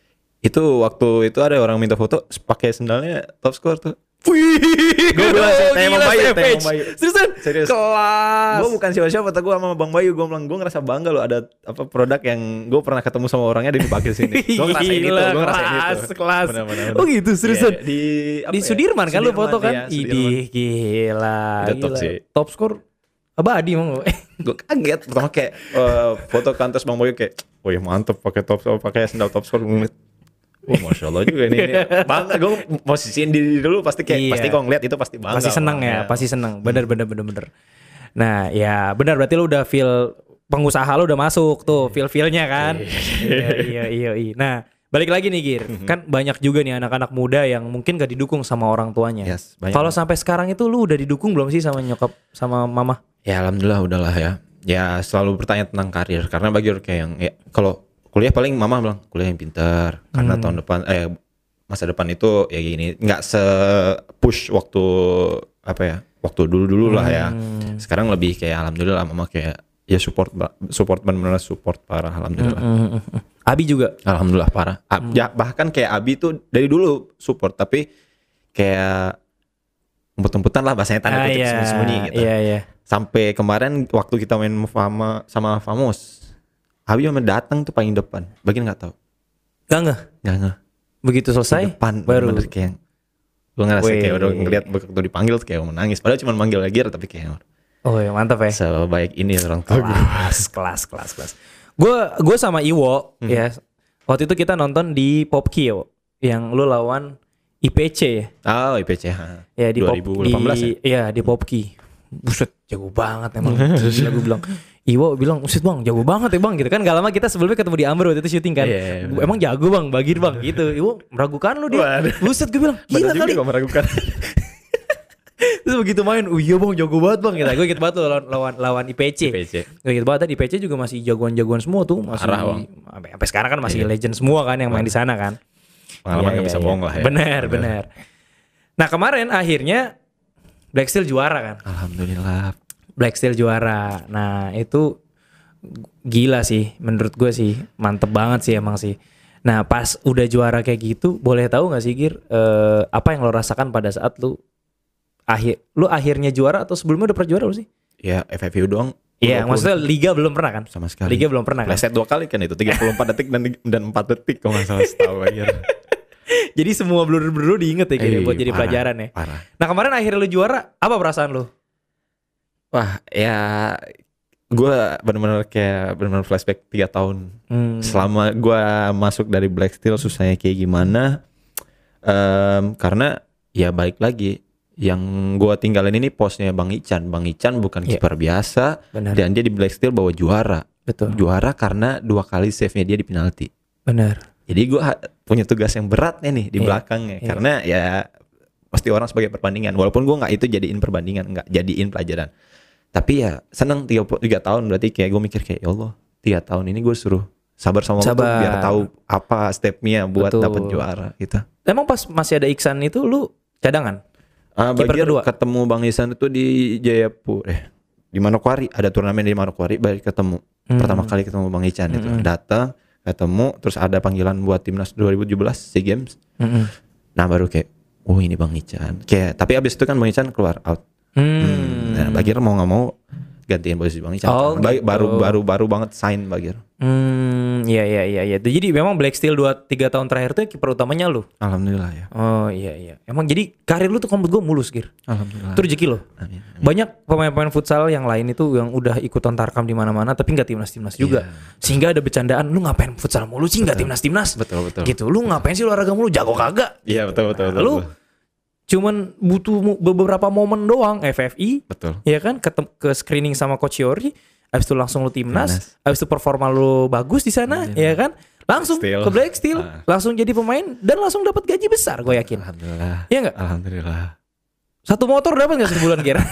Itu waktu itu ada orang minta foto pakai sendalnya top score tuh. Wih, Gua bilang sih, tanya Bang Bayu, tanya Bang Bayu. Seriusan? Serius. Kelas. Gue bukan siapa-siapa, tapi gue sama Bang Bayu, gue bilang gue ngerasa bangga loh ada apa produk yang gue pernah ketemu sama orangnya dan dipakai di sini. Gue ngerasain itu, Gila, gue ngerasain kelas, itu. kelas. Benar, benar, benar. Oh gitu, seriusan? Iya, di apa Di ya? Sudirman kan lu foto kan? iya, Sudirman. Idih, gila. Itu top gila. sih. Top score abadi emang lu. Gue kaget pertama kayak eh, foto kan terus Bang Bayu kayak, oh ya mantep pakai top score, pakai sendal top score. Gue ngeliat, oh masya Allah juga ini, ini. Bangga, gue posisiin diri dulu pasti kayak Iya. pasti gue ngeliat itu pasti bangga. Pasti seneng Bang. ya, pasti seneng. Bener bener bener bener. Nah ya benar berarti lu udah feel pengusaha lu udah masuk tuh feel feelnya kan. Iya iya iya. iya. Nah balik lagi nih Gir, kan banyak juga nih anak-anak muda yang mungkin gak didukung sama orang tuanya. Yes, banyak Kalau banget. sampai sekarang itu lu udah didukung belum sih sama nyokap sama mama? Ya alhamdulillah udahlah ya. Ya selalu bertanya tentang karir karena bagi orang kayak yang ya kalau kuliah paling mama bilang kuliah yang pintar karena Hmm. tahun depan eh masa depan itu ya gini nggak se push waktu apa ya waktu dulu dulu lah ya. Hmm. Sekarang lebih kayak alhamdulillah mama kayak ya support ba- support benar-benar support parah alhamdulillah. Hmm, hmm, hmm. Abi juga. Alhamdulillah parah. Ab- Ya bahkan kayak Abi tuh dari dulu support tapi kayak umpet-umpetan lah bahasanya tanda Ah, kutip iya, sembunyi-sembunyi gitu. Iya iya. Sampai kemarin waktu kita main Fama sama Famos, Abi memang datang tuh paling depan. Bagian nggak tahu, Gak nggak? nggak nggak. Begitu Di selesai depan baru. bener-bener kayak gue ngerasa Wih. kayak udah ngeliat waktu dipanggil kayak mau nangis. Padahal cuma manggil lagi tapi kayak Oh ya mantap ya. sebaik ini orang tua gue. Kelas, kelas, kelas, kelas. Gue gue sama Iwo Hmm. ya. Waktu itu kita nonton di Popki ya, yang lu lawan I P C ya. Oh I P C. ha. Ya di dua Pop- ribu delapan belas di, ya. Iya di Popki. Buset jago banget emang. Gila gue bilang. Iwo bilang, "Buset Bang, jago banget ya Bang." Gitu kan. Gak lama kita sebelumnya ketemu di Ambro waktu itu syuting kan. Iya, iya, Gua, emang jago Bang, bagir Bang gitu. Iwo meragukan lu dia. Waduh. Buset gue bilang, Bener "Gila juga kali." gak meragukan. Terus begitu main, "Oh iya Bang, jago banget Bang." Gitu. Gue gitu banget tuh lawan lawan, lawan I P C. I P C. Gue gitu banget di I P C juga masih jagoan-jagoan semua tuh, masih Parah, Bang. sampai sampai sekarang kan masih Iya. legend semua kan yang main di sana kan. Pengalaman Iya, gak iya, bisa iya. bohong lah ya. Bener, bener. Nah kemarin akhirnya Black Steel juara kan? Alhamdulillah. Black Steel juara. Nah itu gila sih, menurut gue sih mantep banget sih emang sih. Nah pas udah juara kayak gitu, boleh tahu nggak sih Gir, eh, apa yang lo rasakan pada saat lu akhir, lu akhirnya juara atau sebelumnya udah pernah juara lu sih? Ya F F U doang. Iya, maksudnya liga belum pernah kan? Sama sekali. Liga belum pernah kan? Pleset dua kali kan itu, tiga puluh empat detik dan dan empat detik kalau nggak salah setahu aja. Jadi semua blur-blur diinget ya kayaknya Eh, buat jadi parah, pelajaran ya. Parah. Nah kemarin akhirnya lu juara, apa perasaan lu? Wah, ya gue benar-benar kayak benar-benar flashback tiga tahun. Hmm. Selama gue masuk dari Black Steel susahnya kayak gimana? Em, karena ya balik lagi, yang gue tinggalin ini posnya Bang Ican. Bang Ican bukan Iya. kiper biasa, Benar. dan dia di Black Steel bawa juara. Betul. Juara karena dua kali save-nya dia di penalti. Benar. Jadi gue punya tugas yang beratnya nih di Iya, belakangnya, iya. karena ya pasti orang sebagai perbandingan. Walaupun gue nggak itu jadiin perbandingan, nggak jadiin pelajaran. Tapi ya seneng tiga, tiga tahun berarti kayak gue mikir kayak ya Allah tiga tahun ini gue suruh sabar sama Sabar. waktu biar tahu apa stepnya buat Betul. dapat juara gitu. Emang pas masih ada Iksan itu lu cadangan? Ah, Kiper Bagir kedua. ketemu Bang Isan itu di Jayapura, eh di Manokwari, ada turnamen di Manokwari, baru ketemu Hmm. pertama kali ketemu Bang Ican itu, Hmm. datang ketemu, terus ada panggilan buat timnas dua ribu tujuh belas SEA Games. Mm-mm. Nah baru kayak, oh ini Bang Ican. Kayak tapi abis itu kan Bang Ican keluar out. Hmm. Nah Bagir mau nggak mau gantiin posisi Bang Ican. Oh, Ba- gitu. Baru baru baru banget sign Bagir. Hmm, iya iya iya iya. Jadi memang Black Steel dua tiga tahun terakhir tuh kiper utamanya lu. Alhamdulillah ya. Oh iya iya. Emang jadi karir lu tuh menurut gue mulus, Gir. Alhamdulillah. Itu rezeki lo. Amin, amin. Banyak pemain-pemain futsal yang lain itu yang udah ikutan tarkam di mana-mana tapi nggak timnas-timnas juga. Sehingga ada bercandaan, lu ngapain futsal mulu sih nggak timnas-timnas? Betul betul. Gitu. Lu ngapain sih olahraga mulu jago kagak? Iya betul betul betul. Lu betul. cuman butuh mu- beberapa momen doang F F I, Betul. ya kan, ketem- ke screening sama coach Yori, habis itu langsung lu timnas, Timnas. habis itu performa lu bagus di sana, ya kan, langsung Steel. ke Black Steel, Ah. langsung jadi pemain dan langsung dapat gaji besar, gue yakin. Alhamdulillah. Iya nggak? Alhamdulillah. Satu motor dapat nggak sebulan kira?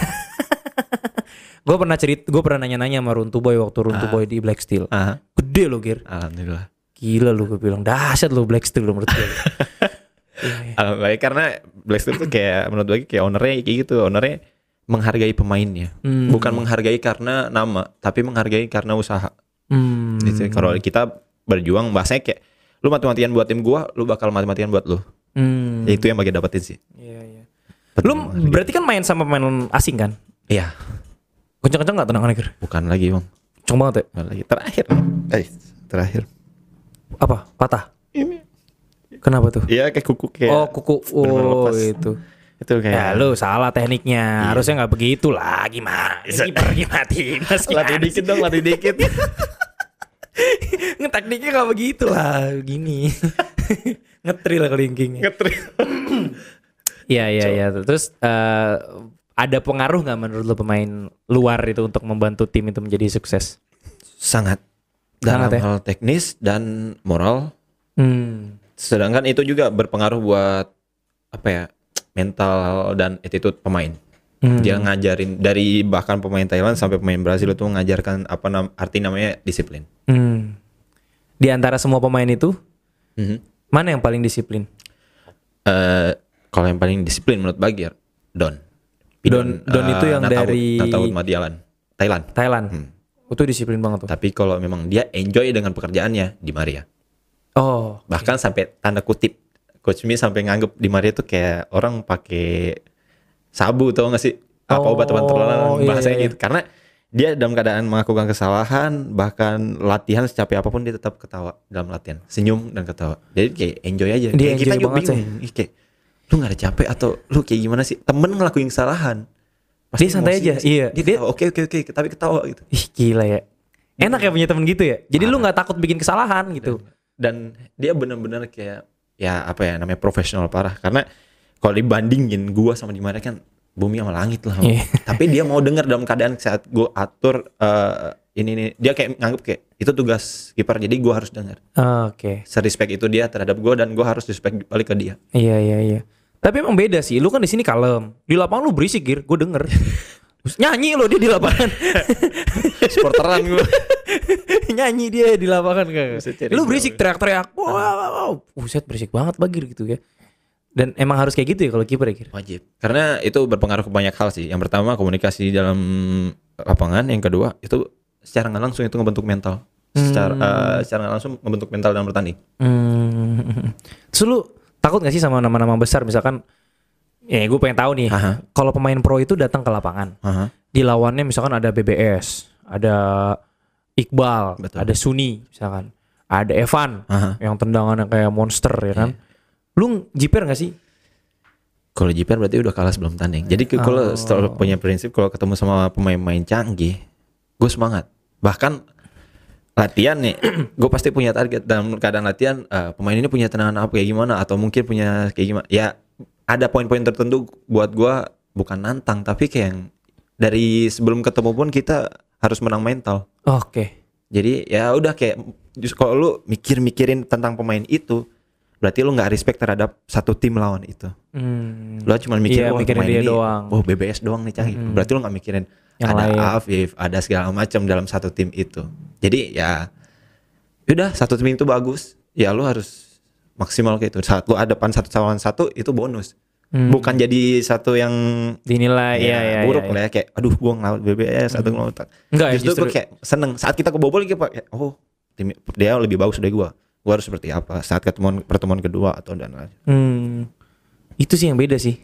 Gue pernah cerit, gue pernah nanya-nanya sama Runtu Boy waktu Runtu Ah. Boy di Black Steel, Ah, gede lo Gir, alhamdulillah. gila lu, gue bilang dahsyat lo Black Steel lo menurut gue. Iya, iya. Alhamdulillah karena Black Steel tuh kayak menurut gue kayak ownernya kayak gitu, ownernya menghargai pemainnya, Hmm. bukan menghargai karena nama, tapi menghargai karena usaha. Hmm. Gitu. Kalau kita berjuang, bahasanya kayak lu mati-matian buat tim gua, lu bakal mati-matian buat lu. Hmm. Ya, itu yang bagi dapetin sih. Iya iya. Lu berarti kan main sama pemain asing kan? Iya, Kenceng-kenceng gak tendangannya Gir? bukan lagi bang, Kenceng banget ya? bukan lagi. Terakhir, eh terakhir. Apa? Patah? Ini, Kenapa tuh? iya kayak kuku kayak. Oh kuku. bener-bener Oh lepas. itu. Itu kayak. Ya lu salah tekniknya. Harusnya gak begitu lah. Gimana? Kiper gimana timnas? latih dikit dong, latih dikit. Tekniknya gak begitu lah. Gini. Ngetril kelingkingnya. Ngetrik. Iya iya iya. Terus eh, ada pengaruh gak menurut lu pemain luar itu untuk membantu tim itu menjadi sukses? Sangat. Dalam Sangat ya? hal teknis dan moral. Hmm. Sedangkan itu juga berpengaruh buat apa ya, mental dan attitude pemain. Hmm. Dia ngajarin dari bahkan pemain Thailand sampai pemain Brasil itu mengajarkan apa nam, arti namanya disiplin. Hmm. Di antara semua pemain itu, Mhm. mana yang paling disiplin? Eh, kalau yang paling disiplin menurut Bagir, Don. Don- Don itu yang dari- Natawood Madialan, Thailand. Thailand. Hmm. Itu disiplin banget tuh. Tapi kalau memang dia enjoy dengan pekerjaannya, Di Maria. Oh. Bahkan sampai tanda kutip, Coach Mi sampai nganggep Di Maria tuh kayak orang pakai sabu, tau gak sih? Apa Oh, obat-obat terlarang, iya, bahasanya iya. gitu. Karena dia dalam keadaan melakukan kesalahan, bahkan latihan secapek apapun dia tetap ketawa dalam latihan, senyum dan ketawa. Jadi kayak enjoy aja. Dia Kayak kita enjoy juga banget sih. bingung. Ih, kayak lu gak ada capek atau lu kayak gimana sih? Temen ngelakuin kesalahan, Dia santai emosi aja, sih. iya. Dia Dia- ketawa, oke oke oke, tapi ketawa gitu. Ih gila ya. Enak ya punya temen gitu ya. Jadi lu nggak takut bikin kesalahan gitu. Dan dia benar-benar kayak ya apa ya namanya profesional parah. Karena kalau dibandingin gua sama Di Maria kan bumi sama langit lah. Iya. Tapi dia mau dengar dalam keadaan saat gua atur eh, ini nih, dia kayak nganggep kayak itu tugas kiper, jadi gua harus dengar. Oke. Serespek itu dia terhadap gua dan gua harus respect balik ke dia. Iya iya iya. Tapi emang beda sih. Lu kan di sini kalem. Di lapangan lu berisik Gir. Gue denger. Nyanyi lo dia di lapangan. Supporteran gua. Nyanyi dia di lapangan kan. Bisa cari Lu jauh. berisik teriak-teriak. Wow, wow, wow. Buset berisik banget Bagir gitu ya. Dan emang harus kayak gitu ya kalau kiper ya Gir? Wajib. Karena itu berpengaruh ke banyak hal sih. Yang pertama komunikasi dalam lapangan, yang kedua itu secara nggak langsung itu ngebentuk mental. Secara Hmm. uh, secara nggak langsung membentuk mental dalam bertanding. Hmm. Terus lu takut gak sih sama nama-nama besar misalkan? Ya gue pengen tahu nih. Aha. Kalau pemain pro itu datang ke lapangan, Aha. di lawannya misalkan ada B B S, ada Iqbal, Betul. ada Suni misalkan, ada Evan Aha. yang tendangannya kayak monster ya kan? Lu jiper gak sih? Kalau Jiper berarti udah kalah sebelum tanding. Jadi ke- kalau Oh. selalu punya prinsip kalau ketemu sama pemain-pemain canggih, gue semangat. Bahkan latihan nih, gue pasti punya target dalam keadaan latihan. eh, pemain ini punya tendangan apa kayak gimana, atau mungkin punya kayak gimana? Ya ada poin-poin tertentu buat gue bukan nantang, tapi kayak yang dari sebelum ketemu pun kita harus menang mental. Oke. Jadi ya udah kayak just kalau lu mikir-mikirin tentang pemain itu, berarti lu nggak respect terhadap satu tim lawan itu. Hmm. Lu cuma mikir Iya, wah mikirin pemain dia ini, doang. oh B B S doang nih canggih. Mm-mm. Berarti lu nggak mikirin Yang ada lain. Afif, ada segala macam dalam satu tim itu. Jadi ya udah satu tim itu bagus, ya lu harus maksimal kayak itu. Saat lu hadapan satu lawan satu itu bonus. Hmm. Bukan jadi satu yang Dinilai ya, ya, ya, buruk ya, ya. lah ya, kayak aduh gua ngelawan B B S atau ngelawan tak. Enggak ya, Justru, justru- gua kayak seneng saat kita kebobol kayak kayak, oh tim dia lebih bagus dari gua. Gua harus seperti apa saat ketemuan pertemuan kedua atau dan lain. Hmm. Itu sih yang beda sih.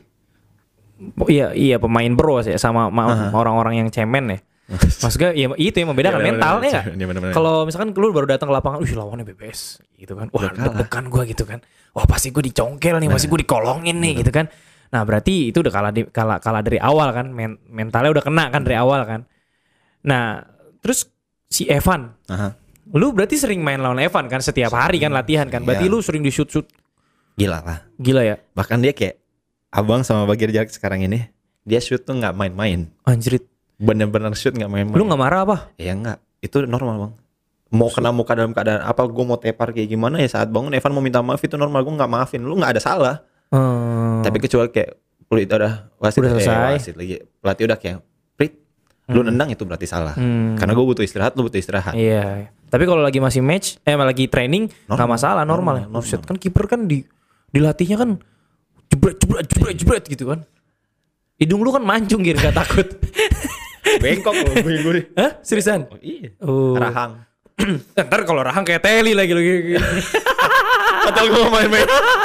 Oh, iya iya pemain pro sih sama ma- Aha. orang-orang yang cemen ya. Maksudnya ya itu yang membedakan Iya, mental bener-bener. ya nggak? Iya, bener-bener. Kalau misalkan lu baru datang ke lapangan, wih lawannya B B S gitu kan. Wah Udah kalah. deg-degan gue gitu kan. Wah pasti gue dicongkel nih, pasti gue dikolongin nih gitu kan. Nah berarti itu udah kalah di, kalah kalah dari awal kan. Men- mentalnya udah kena kan dari awal kan. Nah terus si Evan, Aha. lu berarti sering main lawan Evan kan setiap hari kan latihan kan. Berarti Iya. lu sering di shoot shoot Gila lah. gila ya. Bahkan dia kayak abang sama Bagir Jarak sekarang ini, dia shoot tuh nggak main-main. Anjrit. Bener-bener shoot nggak main-main. Lu nggak marah apa? Ya nggak. Itu normal bang. Mau kena muka dalam keadaan apa, gue mau tepar kayak gimana ya saat bangun Evan mau minta maaf itu normal, gue nggak maafin. Lu nggak ada salah. Hmm. Tapi kecuali kayak lu itu udah wasit, Udah eh, selesai. wasit lagi. Pelatih udah kayak Prit, lu nendang itu berarti salah. Hmm. Karena gue butuh istirahat, lu butuh istirahat. Iya. Tapi kalau lagi masih match, eh lagi training nggak Normal, masalah, normal, normal, ya. Buset, kan kiper kan di dilatihnya kan jebret jebret jebret jebret gitu kan. Hidung lu kan mancung gitu gak takut. Bengkok lu, gue gue. Hah? Seriusan? Oh iya. Oh. Rahang. Ntar kalau rahang kayak teli lagi lu gitu. Atau gue main-main.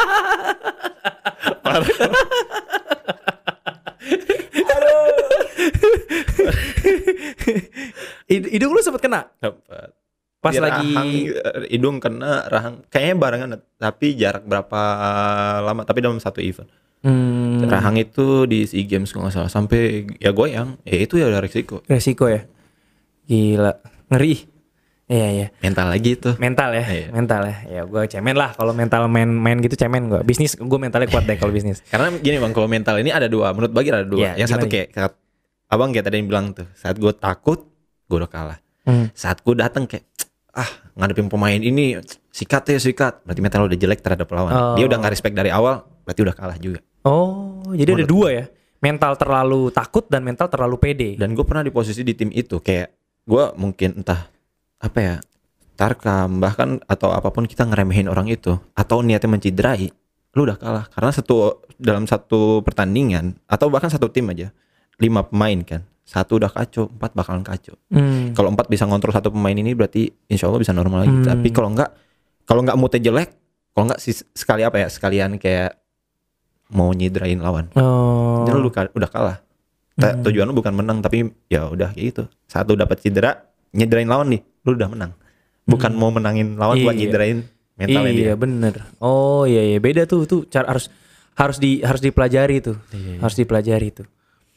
Hid- Hidung lu sempet kena Dapat. pas Di lagi rahang, eh, hidung kena rahang kayaknya barengan tapi jarak berapa lama tapi dalam satu event. hmm, Rahang itu di SEA Games kalau nggak salah sampai ya goyang. Ya itu ya udah resiko. resiko ya. Gila, ngeri. Iya iya. Mental lagi itu. Mental ya, Iya. mental ya. Ya gue cemen lah kalau mental main main gitu cemen gue. Bisnis gue mentalnya kuat deh kalau bisnis. Karena gini bang, kalau mental ini ada dua. Menurut Bagir ada dua. Iya, Yang satu gimana, kayak, kayak abang kayak tadi yang bilang tuh. Saat gue takut, gue udah kalah. Hmm. Saat gue datang kayak ah ngadepin pemain ini sikat ya sikat. Berarti mental lo udah jelek terhadap lawan. Oh. Dia udah nggak respect dari awal. Berarti udah kalah juga. Oh, jadi ada dua ya. Mental terlalu takut dan mental terlalu pede. Dan gue pernah di posisi di tim itu kayak gue mungkin entah apa ya tarkam bahkan atau apapun kita ngeremehin orang itu atau niatnya menciderai, lu udah kalah karena satu dalam satu pertandingan atau bahkan satu tim aja lima pemain kan, satu udah kacau, empat bakalan kacau. Hmm. Kalau empat bisa ngontrol satu pemain ini berarti insya Allah bisa normal lagi. Hmm. Tapi kalau enggak, kalau enggak moodnya jelek, kalau enggak sis- sekali apa ya sekalian kayak mau nyiderain lawan, Oh. jadi lu ka- udah kalah. Ta- Tujuan lu bukan menang tapi ya udah kayak gitu. Satu dapat cedera, nyederain lawan nih, lu udah menang. Bukan mau menangin lawan buat Iya. nyederain mentalnya dia. Iya bener. Oh iya iya beda tuh tuh cara harus harus di harus dipelajari tuh. Iya. Harus dipelajari tuh.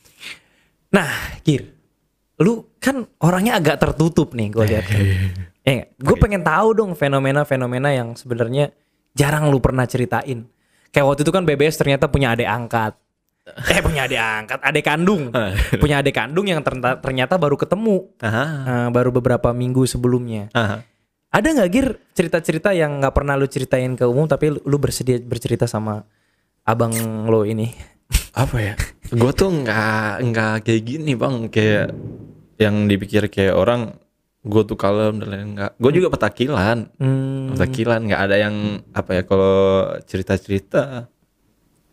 Nah, Kir, lu kan orangnya agak tertutup nih gue lihat. Eh, gue pengen tahu dong fenomena-fenomena yang sebenarnya jarang lu pernah ceritain. Kayak waktu itu kan B B S ternyata punya adik angkat. Eh punya adik angkat, adik kandung. Punya adik kandung yang ternyata, ternyata baru ketemu. Aha. eh, baru beberapa minggu sebelumnya. Aha. Ada nggak Gir cerita-cerita yang nggak pernah lu ceritain ke umum tapi lu, lu bersedia bercerita sama abang lo ini? Apa ya? Gue tuh nggak nggak kayak gini bang, kayak yang dipikir kayak orang gue tuh kalem dan lain enggak. Gue juga petakilan, Hmm. petakilan nggak ada yang apa ya kalau cerita-cerita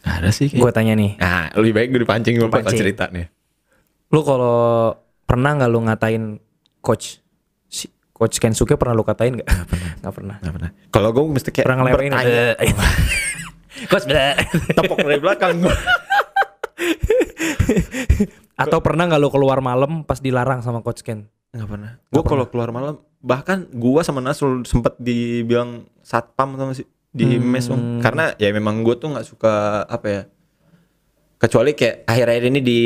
Ada sih Gue tanya nih. Nah lebih baik gue dipancing gue bakal Pancing. cerita nih. Lu kalau pernah nggak lu ngatain coach si coach Kensuke, pernah lu katain nggak? Nggak pernah. Nggak pernah. Nggak pernah. Kalau gue mesti kayak Pernah ngelewain bertanya. coach beda. Tepok dari belakang gue. Atau pernah nggak lu keluar malam pas dilarang sama coach Ken? Nggak pernah. Gue kalau keluar malam bahkan gue sama Nasrul sempet dibilang satpam sama si di Hmm. mes Bang. Karena ya memang gue tuh nggak suka apa ya. Kecuali kayak akhir-akhir ini di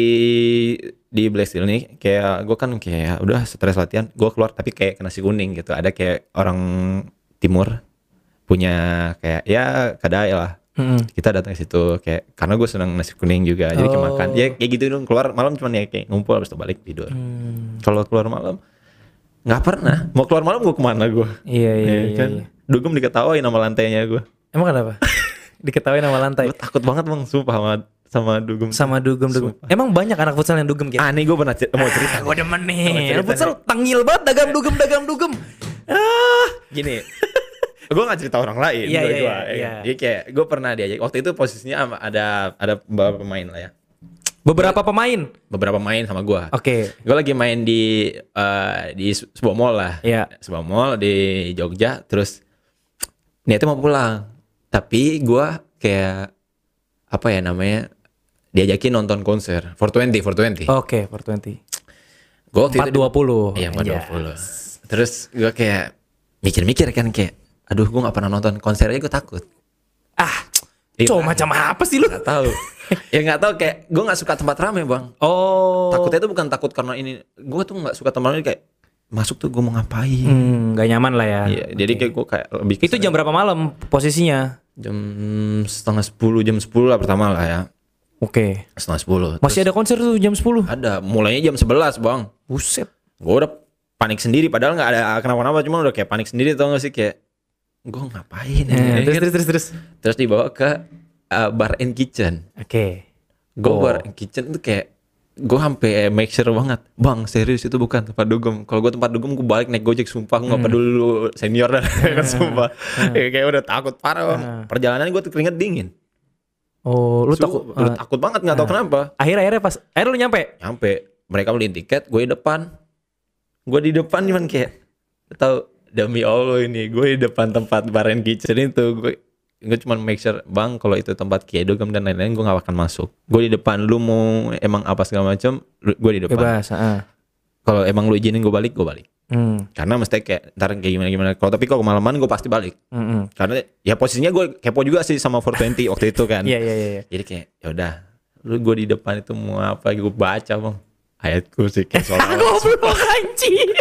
di Black Steel nih kayak gue kan kayak udah stres latihan gue keluar tapi kayak kena nasi kuning gitu. Ada kayak orang timur punya kayak ya kadai lah. Hmm. Kita datang ke situ kayak karena gue senang nasi kuning juga jadi kayak Oh. makan ya kayak gitu dong. Keluar malam cuman ya kayak ngumpul habis itu balik tidur. Hmm. Kalau keluar malam nggak pernah. Mau keluar malam gue kemana gue? Iya iya Ya iya. kan? iya. Dugem diketawain sama lantainya gue. Emang kenapa? Diketawain sama lantai. Gue takut banget bang, sumpah sama sama Dugem. Sama dugem dugem. Sumpah. Emang banyak anak futsal yang dugem gitu. Ah nih gue pernah cer- mau cerita. Gue demen Mau nih. cerita Anak futsal nih. tangil banget dagam dugem dagam dugem. Ah. Gini, gue nggak cerita orang lain. Iya, gue iya, gua, iya, iya. Jadi kayak gue pernah diajak. Waktu itu posisinya sama- ada ada beberapa pemain lah ya. Beberapa pemain. Beberapa main sama gue. Oke. Gue lagi main di eh, di se- sebuah mall lah. Iya. Sebuah mall di Jogja. Terus niatnya mau pulang. Tapi gue kayak apa ya namanya diajakin nonton konser four twenty four twenty. Oke, four twenty. Gue waktu empat itu dua puluh. Iya empat dua puluh. Terus gue kayak mikir-mikir kan kayak, aduh gue nggak pernah nonton konser aja gue takut. Ah, Iya. cowok macam apa sih lu? Gak tahu. Ya nggak tahu kayak gue nggak suka tempat ramai bang. Oh. Takutnya itu bukan takut karena ini, gue tuh nggak suka tempat ramai kayak masuk tuh gue mau ngapain. Hmm, gak nyaman lah ya. Iya. Jadi kayak gue kayak lebih. Itu jam berapa malam posisinya? Jam setengah sepuluh jam sepuluh lah pertama lah ya. Oke. Setengah sepuluh. Masih ada konser tuh jam sepuluh. Ada. Mulainya jam sebelas bang. Buset. Gue udah panik sendiri padahal nggak ada kenapa-napa cuma udah kayak panik sendiri tau gak sih kayak gue ngapain ya? Eh, terus terus terus terus. Terus dibawa ke uh, bar and kitchen. Oke. Gue Oh. bar and kitchen tuh kayak gue sampai make sure banget bang serius itu bukan tempat dugem. Kalau gue tempat dugem gue balik naik gojek sumpah gue nggak peduli lu senior dah kan sumpah. Kayak, kayak udah takut parah bang. Perjalanan gue tuh keringet dingin. Oh, lu Su- takut? udah eh, takut banget nggak tahu kenapa. akhir-akhirnya pas akhirnya lu nyampe. Nyampe mereka beliin tiket gue di depan. Gue di depan cuman kayak tahu demi Allah ini gue di depan tempat bar and kitchen itu gue gue cuma make sure bang kalau itu tempat kiedogam dan lain-lain gue gak akan masuk. Gue di depan lu mau emang apa segala macam gue di depan. Bebas, heeh. Kalau emang lu izinin gue balik gue balik. Hmm. Karena mesti kayak ntar kayak gimana gimana. Kalau tapi kalau kemalaman gue pasti balik. Hmm. Karena ya posisinya gue kepo juga sih sama four twenty waktu itu kan. Iya iya iya. Jadi kayak ya udah lu gue di depan itu mau apa gue baca bang ayat kursi kayak soal Goblok anjir.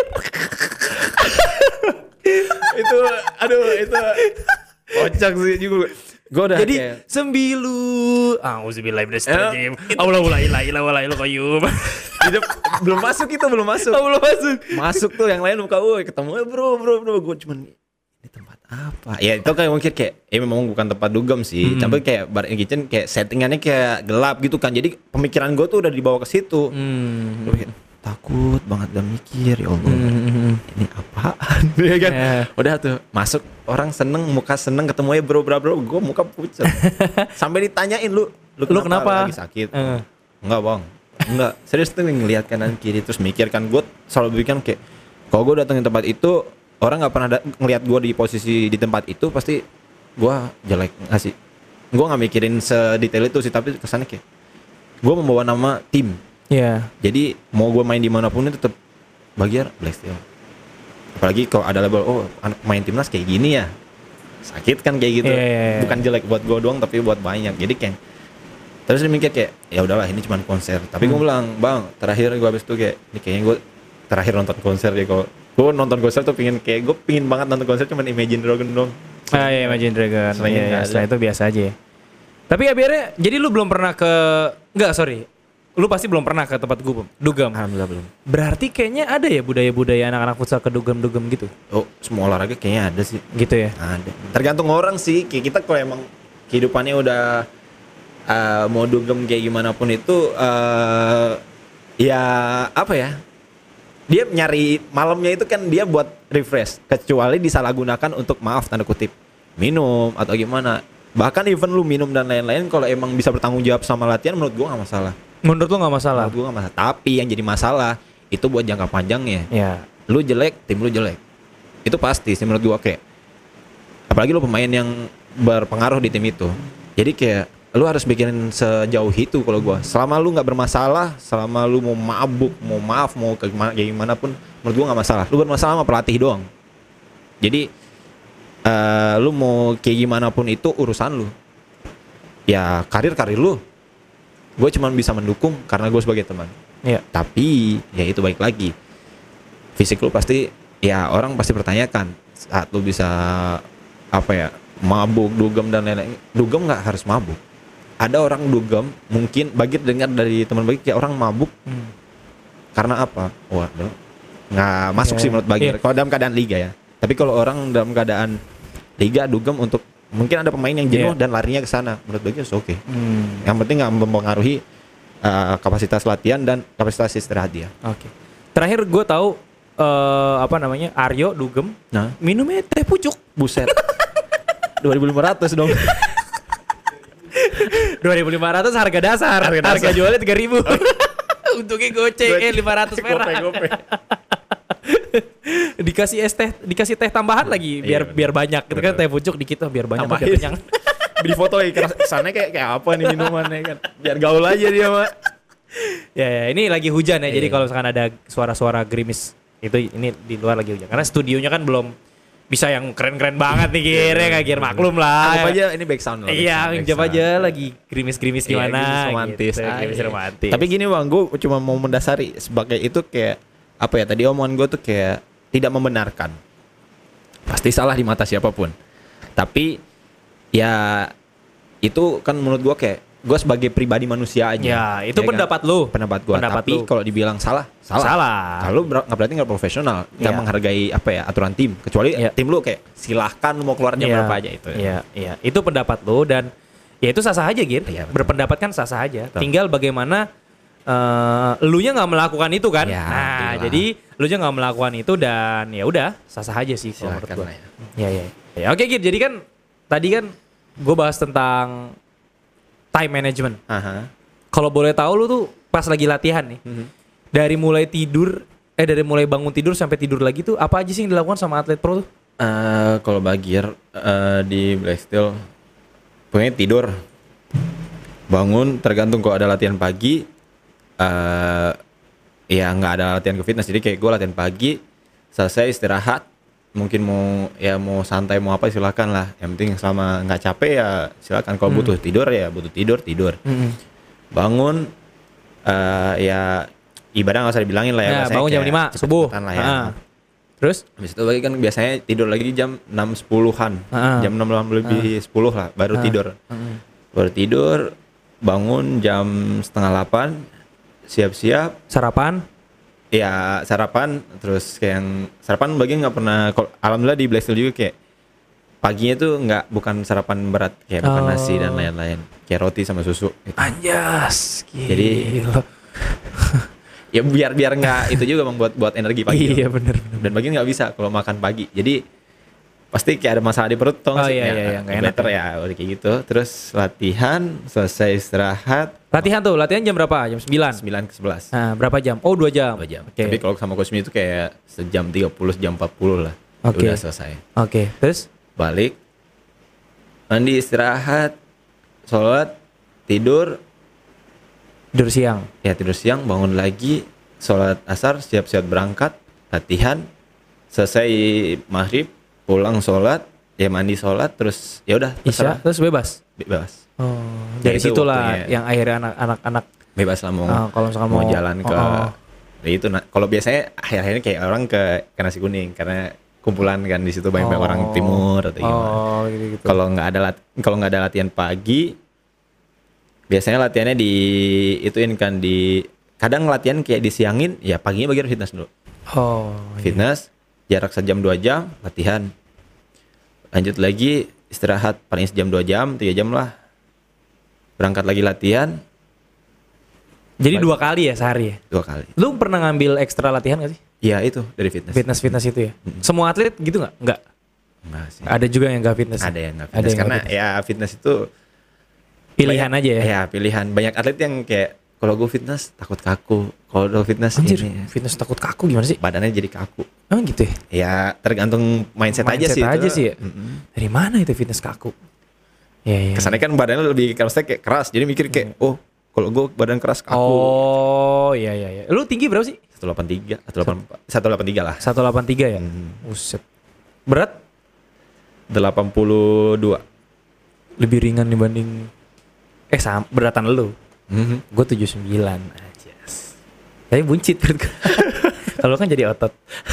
itu aduh itu kocak sih juga gue udah Jadi kayak sembilu. Auzubillahi minasyaitonir rajim. Allah la ilaha illa huwal hayyul qayyum. di dep- belum masuk itu belum masuk Allah masuk. masuk tuh yang lain muka gue ketemu eh, bro bro bro gue cuman ini tempat apa ya itu kayak mungkin kayak ya memang bukan tempat dugem sih tapi kayak bar and kitchen kayak settingannya kayak gelap gitu kan jadi pemikiran gue tuh udah dibawa ke situ. Hmm. Gue kayak takut banget dan mikir ya Allah Hmm. ini apaan ya kan Ya. udah tuh masuk orang seneng muka seneng ketemu ya bro bro bro gue muka pucat sampai ditanyain lu lu Lu kenapa, kenapa? lagi sakit Eh. enggak bang enggak serius tuh ngeliat kanan kiri terus mikir kan gue selalu bikin kayak kalau gue datang ke tempat itu orang nggak pernah da- ngelihat gue di posisi di tempat itu pasti gue jelek ngasih gue nggak mikirin sedetail itu sih tapi kesannya kayak gue membawa nama tim. Iya. Jadi mau gue main dimanapun itu tetap bagian Black Steel. Apalagi kalau ada label oh anak main timnas kayak gini ya sakit kan kayak gitu. Iya, iya, iya. Bukan jelek buat gue doang tapi buat banyak. Jadi kayak terus dia mikir kayak ya udahlah ini cuma konser. Tapi gue bilang bang terakhir gue habis itu kayak ini kayaknya gue terakhir nonton konser ya kalau gue nonton konser tuh pingin kayak gue pingin banget nonton konser cuman Imagine Dragon dong. Ah iya Imagine Dragon. Selain Iya, nggak iya, ada. setelah itu biasa aja. Ya. Tapi akhirnya jadi lu belum pernah ke enggak sorry. Lu pasti belum pernah ke tempat gubem, dugem. Alhamdulillah belum. Berarti kayaknya ada ya budaya-budaya anak-anak futsal ke dugem-dugem gitu. Oh semua olahraga kayaknya ada sih. Gitu ya. Ada. Tergantung orang sih. Kayak kita kalau emang kehidupannya udah uh, mau dugem kayak gimana pun itu uh, ya apa ya? Dia nyari malamnya itu kan dia buat refresh. Kecuali disalahgunakan untuk maaf tanda kutip minum atau gimana. Bahkan even lu minum dan lain-lain, kalau emang bisa bertanggung jawab sama latihan, menurut gua nggak masalah. Menurut lu nggak masalah? Menurut gua nggak masalah. Tapi yang jadi masalah itu buat jangka panjangnya. Ya. Lu jelek, tim lu jelek. Itu pasti sih menurut gua, kayak apalagi lu pemain yang berpengaruh di tim itu. Jadi kayak lu harus bikin sejauh itu kalau gua. Selama lu nggak bermasalah, selama lu mau mabuk, mau maaf, mau ke gimana, kayak gimana pun, menurut gua nggak masalah. Lu bermasalah sama pelatih doang. Jadi uh, lu mau kayak gimana pun itu urusan lu. Ya karir karir lu. Gue cuma bisa mendukung karena gue sebagai teman. Iya. Tapi ya itu baik lagi. Fisik lu pasti, ya orang pasti pertanyakan saat lu bisa apa ya, mabuk, dugem dan lain-lain. Dugem nggak harus mabuk. Ada orang dugem, mungkin Bagir dengar dari teman Bagir kayak orang mabuk hmm. karena apa? Waduh, nggak masuk yeah. sih menurut Bagir. Yeah. Kalau dalam keadaan liga ya. Tapi kalau orang dalam keadaan liga dugem untuk mungkin ada pemain yang jenuh yeah. dan larinya ke sana, menurut Bagir oke. Okay. Hmm. Yang penting nggak mempengaruhi uh, kapasitas latihan dan kapasitas istirahat dia. Oke. Okay. Terakhir gue tahu uh, apa namanya Aryo dugem, nah. minumnya teh pucuk, buset. dua ribu lima ratus dong. dua ribu lima ratus harga dasar. Harga, dasar. Harga jualnya tiga ribu. Untungnya goceng eh lima ratus perak. Gope, gope. Dikasih es teh, dikasih teh tambahan lagi biar iya, biar banyak. Itu kan teh pucuk dikit oh, biar banyak biar kenyang. Di foto lagi kesannya kayak kayak apa nih minumannya kan. Biar gaul aja dia, Mak. Ya, ya, ini lagi hujan ya. Iya. Jadi kalau misalkan ada suara-suara gerimis itu ini di luar lagi hujan. Karena studionya kan belum bisa yang keren-keren banget nih kira kayak kira maklum lah. Anggap aja ini back sound. Iya, anggap aja lagi gerimis-gerimis gimana. Iya, gerimis romantis. Gitu, gerimis romantis. Tapi gini Bang, gue cuma mau mendasari sebagai itu kayak apa ya, tadi omongan gue tuh kayak tidak membenarkan. Pasti salah di mata siapapun. Tapi ya itu kan menurut gue kayak gue sebagai pribadi manusia aja. Ya, itu ya pendapat kan? Lu. Pendapat gue. Tapi kalau dibilang salah, salah. Salah. Kalau nggak berarti nggak profesional, nggak ya. menghargai apa ya aturan tim. Kecuali ya. tim lu kayak silahkan lu mau keluar jam ya. berapa aja itu. Iya, iya. Itu pendapat lu dan ya itu sah-sah aja, Gir. Ya, berpendapat kan sah-sah aja. Betul. Tinggal bagaimana uh, elunya nggak melakukan itu kan. Ya, nah, itulah. Jadi elunya nggak melakukan itu dan ya udah sah-sah aja sih kalau menurut gue. Ya. Ya, ya. Ya, oke, Gir. Jadi kan tadi kan gue bahas tentang time management. Uh-huh. Kalau boleh tahu lu tuh pas lagi latihan nih, uh-huh. dari mulai tidur, eh dari mulai bangun tidur sampai tidur lagi tuh apa aja sih yang dilakukan sama atlet pro tuh? Uh, kalau Bagir uh, di Black Steel, pokoknya tidur, bangun tergantung kalau ada latihan pagi, uh, ya nggak ada latihan ke fitness, jadi kayak gue latihan pagi, selesai istirahat. Mungkin mau ya mau santai mau apa silakan lah, yang penting selama nggak capek ya silakan. Kalau hmm. butuh tidur ya butuh tidur tidur hmm. bangun uh, ya ibadah nggak usah dibilangin lah ya, ya bangun jam lima subuh lah ya. Ha. Terus habis itu lagi kan biasanya tidur lagi jam enam sepuluhan, jam enam lebih sepuluh lah baru ha. tidur ha. baru tidur bangun jam setengah delapan, siap-siap sarapan. Ya sarapan, terus kayak yang sarapan bagian nggak pernah. Alhamdulillah di Black Steel juga kayak paginya tuh nggak bukan sarapan berat kayak makan oh. nasi dan lain-lain, kayak roti sama susu. Gitu. Anjas, gila. Jadi ya biar biar nggak itu juga membuat buat energi pagi. Iya benar. Dan bagian nggak bisa kalau makan pagi. Jadi pasti kayak ada masalah di perut tuh. Oh iya iya, iya nggak enak ya udah kayak gitu. Terus latihan, selesai istirahat. Latihan tuh, latihan jam berapa? Jam sembilan? sembilan ke sebelas. Nah, berapa jam? Oh, dua jam. dua jam. Okay. Tapi kalau sama Coach Mi itu kayak sejam tiga puluh, sejam empat puluh lah. Okay. Udah selesai. Oke, okay. Terus? Balik. Mandi, istirahat, sholat, tidur. Tidur siang? Ya, tidur siang, bangun lagi, sholat asar, siap-siap berangkat, latihan, selesai maghrib, pulang sholat, ya mandi sholat, terus ya udah. Isya, terus bebas? Bebas. Oh, dari ya situlah yang akhirnya anak-anak bebas lah mau uh, kalau misalkan mau, mau jalan ke oh, oh. Ya itu nah, kalau biasanya akhir-akhirnya kayak orang ke, ke nasi kuning karena kumpulan kan di situ banyak-banyak oh. orang timur atau gimana. Oh, gitu-gitu. Kalau nggak ada lat- kalau nggak ada latihan pagi, biasanya latihannya di ituin kan di kadang latihan kayak disiangin, ya paginya bagian fitness dulu. Oh. Fitness iya. Jarak sejam dua jam latihan, lanjut lagi istirahat paling sejam dua jam tiga jam lah. Berangkat lagi latihan. Jadi dua kali ya sehari ya? Dua kali. Lu pernah ngambil ekstra latihan gak sih? Iya itu dari fitness. Fitness-fitness itu ya? Mm-hmm. Semua atlet gitu gak? Enggak? Enggak sih. Ada juga yang gak fitness. Ada yang nggak Ada fitness yang karena nggak fitness. ya fitness itu Pilihan banyak- aja ya. Ya pilihan. Banyak atlet yang kayak kalau gue fitness takut kaku. Kalau gue fitness Anjir, ini fitness takut kaku gimana sih? badannya jadi kaku. Emang gitu ya? Ya tergantung mindset, aja Mindset sih. aja itu. sih ya? Mm-mm. Dari mana itu fitness kaku? Ya, ya. Kesannya kan badannya lebih kerasnya kayak keras. Jadi mikir kayak oh kalau gue badan keras kaku. Oh, iya iya iya. Lu tinggi berapa sih? seratus delapan puluh tiga, seratus delapan puluh empat, seratus delapan puluh tiga lah. seratus delapan puluh tiga ya? Hmm. Buset. Berat delapan puluh dua. lebih ringan dibanding eh sama beratan lu. Mhm. Gue tujuh puluh sembilan aja. Tapi buncit perut gue. Kalau kan jadi otot.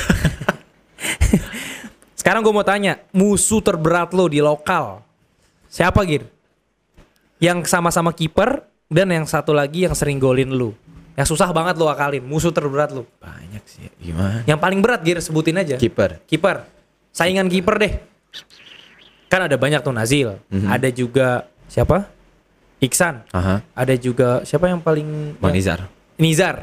Sekarang gue mau tanya, musuh terberat lo di lokal siapa, Gir? Yang sama-sama kiper dan yang satu lagi yang sering golin lu. Yang susah banget lo akalin, musuh terberat lu. Banyak sih. Gimana? Yang paling berat, Gir, sebutin aja. Kiper. Kiper. Saingan kiper deh. Kan ada banyak tuh, Nazil. Mhm. Ada juga siapa? Iksan. Aha. Ada juga siapa yang paling Bang yang- Nizar. Nizar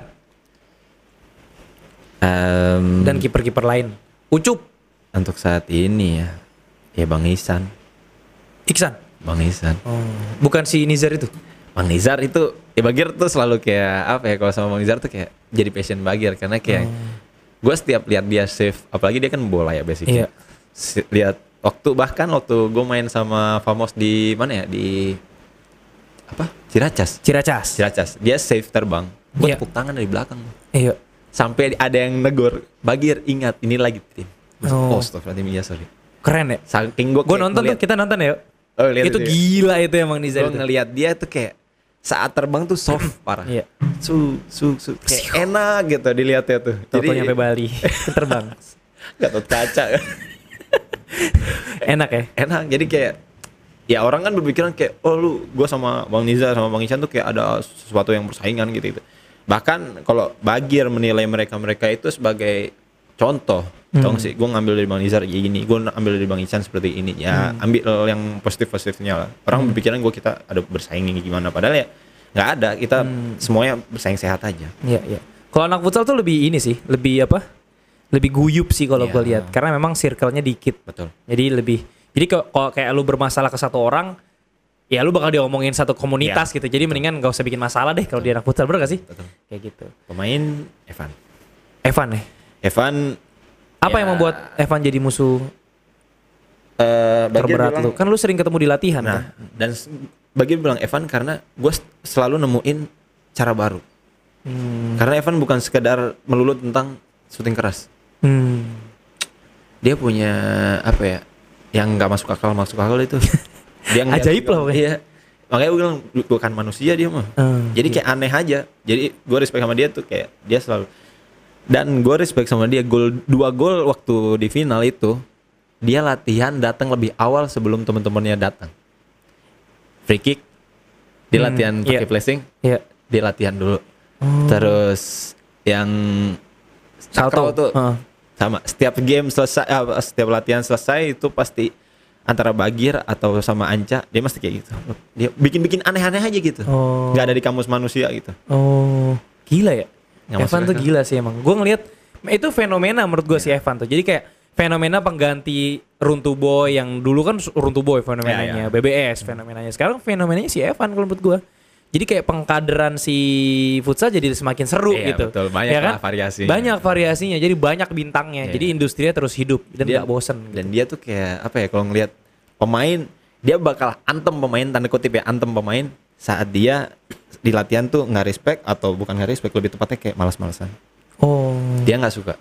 Em, dan kiper-kiper lain. Ucup, untuk saat ini ya, ya Bang Ihsan. Iksan. Bang Ihsan. Oh, bukan si Nizar itu. Bang Nizar itu, ya Bagir tuh selalu kayak apa ya, kalau sama Bang Nizar tuh kayak jadi passion Bagir. Karena kayak gue setiap lihat dia save, apalagi dia kan bola ya basically. Iya. Si- lihat waktu, bahkan waktu gue main sama Famos di mana ya, di apa, Ciracas. Ciracas. Ciracas, dia save terbang. Gue Iya. tepuk tangan dari belakang. Iya. Sampai ada yang negor, Bagir ingat ini lagi tim. Oh. Oh, astagfirullahaladzim, iya sorry. Keren ya. Saking gue Gue nonton tuh, kita nonton ya. Oh, lihat Itu itu ya. gila itu emang Nizar Gue itu. ngelihat dia tuh kayak saat terbang tuh soft parah. Iya. Su, su, su, kayak enak gitu dilihatnya tuh. Toto nyampe Bali. Terbang. Gak tau kaca. Enak ya. Enak, jadi kayak ya orang kan berpikiran kayak oh lu, gue sama Bang Nizar sama Bang Ihsan tuh kayak ada sesuatu yang persaingan gitu, gitu. Bahkan kalau Bagir menilai mereka-mereka itu sebagai contoh. Tau gak sih, gue ngambil dari Bang Nizar kayak gini, gue ambil dari Bang Ihsan seperti ini. Ya ambil yang positif-positifnya lah. Orang berpikiran gue kita ada bersaing gimana, padahal ya nggak ada. Kita semuanya bersaing sehat aja. Iya, iya. Kalau anak futsal tuh lebih ini sih, lebih apa? Lebih guyup sih kalau Iya. gue lihat. Karena memang circle-nya dikit. Betul. Jadi lebih. Jadi kalau kalau kayak lu bermasalah ke satu orang, ya lu bakal diomongin satu komunitas Iya, gitu. Jadi mendingan gak usah bikin masalah deh kalau di anak futsal, bener gak sih? Betul. Kayak gitu. Pemain Evan. Evan ya. Evan Apa ya, yang membuat Evan jadi musuh eh, Bagir terberat bilang- lu? Kan lu sering ketemu di latihan kan? Nah, dan s- Bagir bilang Evan karena gue selalu nemuin cara baru. Hmm. Karena Evan bukan sekedar melulu tentang syuting keras. Hmm. Dia punya apa ya, yang nggak masuk akal masuk akal itu. Dia ngeliat Ajaib juga- lah pokoknya. Iya. Makanya gue bilang bukan manusia dia mah. Hmm, Jadi kayak aneh aja. Jadi gue respect sama dia tuh kayak dia selalu. Dan gue respect sama dia, gol dua gol waktu di final itu dia latihan datang lebih awal sebelum teman-temannya datang. Free kick, dia Hmm, latihan iya. pakai flashing, Iya. dia latihan dulu. Oh. Terus yang Salto. takraw tuh Heeh. sama setiap game selesai, ah, setiap latihan selesai itu pasti antara Bagir atau sama Anca dia mesti kayak gitu. Dia bikin-bikin aneh-aneh aja gitu. Oh. Nggak ada di kamus manusia gitu. Oh, gila ya. Nggak Evan masuk tuh akal. gila sih emang. Gue ngelihat itu fenomena menurut gue si Evan tuh. Jadi kayak fenomena pengganti Runtuh Boy yang dulu kan Runtuh Boy fenomenanya, Ya, ya. B B S fenomenanya. Sekarang fenomenanya si Evan kalau menurut gue. Jadi kayak pengkaderan si futsal jadi semakin seru Iya, gitu. betul. Banyak Ya kan? lah variasinya. Banyak variasinya. Jadi banyak bintangnya. Iya. Jadi industrinya terus hidup dan Dia- nggak bosen. Dan dia tuh kayak apa ya, kalau ngelihat pemain dia bakal antem pemain, tanda kutip ya, antem pemain saat dia di latihan tuh nggak respect, atau bukan nggak respect, lebih tepatnya kayak malas-malasan. Oh. Dia nggak suka.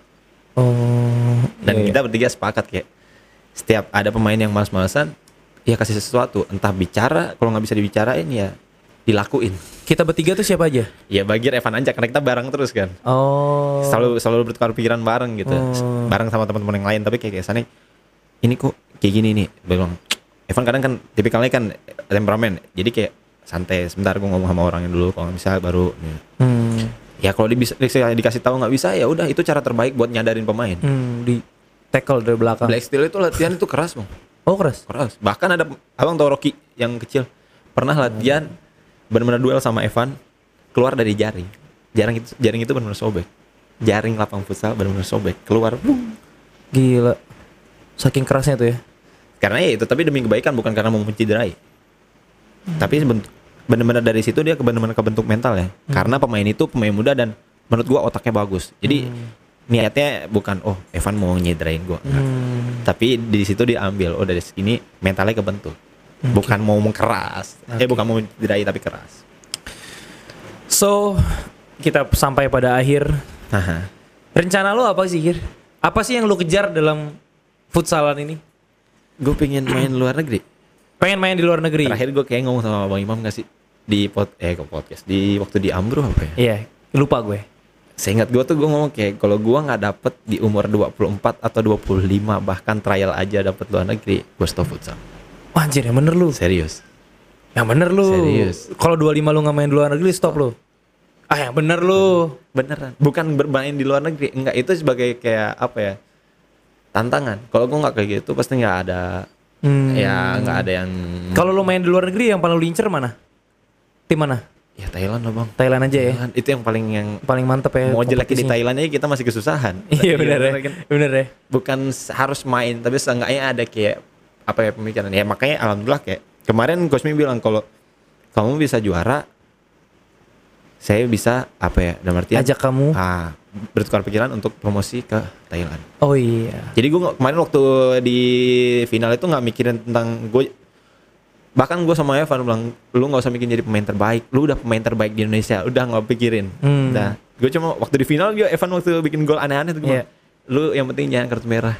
Oh. Dan Iya, kita bertiga sepakat kayak setiap ada pemain yang malas-malasan, ya kasih sesuatu, entah bicara, kalau nggak bisa dibicarain ya dilakuin. Kita bertiga tuh siapa aja? Ya Bagir, Evan, Anca, karena kita bareng terus kan. Oh. Selalu selalu bertukar pikiran bareng gitu. Oh. Bareng sama teman-teman yang lain, tapi kayak kesannya ini kok kayak gini nih. Dia bilang, Evan kadang kan tipikalnya kan temperamen. Jadi kayak santai, sebentar gue ngomong sama orangnya dulu, kalau nggak bisa baru. Hmm. Ya kalau di, dikasih tahu nggak bisa ya udah, itu cara terbaik buat nyadarin pemain. Hmm, di tackle dari belakang. Black Steel itu latihan itu keras, Bang. Oh, keras. Keras. Bahkan ada abang tau Rocky yang kecil pernah latihan benar-benar duel sama Evan, keluar dari jaring. Jaring itu jaring itu benar-benar sobek. Jaring lapang futsal benar-benar sobek, keluar. Bung. Gila. Saking kerasnya tuh ya. karena ya itu, tapi demi kebaikan bukan karena mau menciderai. Hmm. Tapi benar-benar dari situ dia benar-benar kebentuk mental ya. Hmm. Karena pemain itu pemain muda dan menurut gua otaknya bagus. Jadi hmm. niatnya bukan oh Evan mau nyederain gua. Hmm. Tapi di situ dia ambil oh dari sini mentalnya kebentuk. Okay. Bukan mau mengkeras. Okay. Eh bukan mau menciderai tapi keras. So, kita sampai pada akhir. Aha. Rencana lo apa sih, Gir? Apa sih yang lo kejar dalam futsalan ini? Gue pengen main luar negeri. Pengen main di luar negeri. Terakhir gue kayak ngomong sama Bang Imam gak sih di pod eh ke podcast di waktu di Ambro apa ya? Iya, lupa gue. Seingat gue tuh gue ngomong kayak kalau gue nggak dapet di umur dua puluh empat atau dua puluh lima bahkan trial aja dapet luar negeri, gue stop futsal. Wah, anjir, yang bener lu. Serius. Yang bener lu. Serius. Kalau dua puluh lima lu nggak main di luar negeri stop lu. Ah, yang bener lu. Beneran. Bukan bermain di luar negeri, enggak, itu sebagai kayak apa ya? Tantangan. Kalau gue nggak kayak gitu pasti nggak ada. Hmm. Ya nggak ada yang. Kalau lu main di luar negeri yang paling lu incer mana? Tim mana? Ya Thailand lah bang. Thailand aja Thailand. Ya. Itu yang paling yang paling mantep ya. Mau jelek di Thailand aja kita masih kesusahan. Iya benar ya. Kan? Bener ya. Bukan harus main tapi seenggaknya ada kayak apa ya pemikiran. Ya makanya alhamdulillah kayak kemarin Coach Mi bilang kalau kamu bisa juara, saya bisa apa ya? Dalam artian ajak kamu. Ah, bertukar pikiran untuk promosi ke Thailand. Oh iya. Jadi gue kemarin waktu di final itu nggak mikirin tentang gue. Bahkan gue sama Evan bilang, lu nggak usah mikirin jadi pemain terbaik. Lu udah pemain terbaik di Indonesia. Udah nggak pikirin. Hmm. Nah, gue cuma waktu di final gue Evan waktu bikin gol aneh-aneh tuh gue. Yeah. Lu yang penting jangan kartu merah.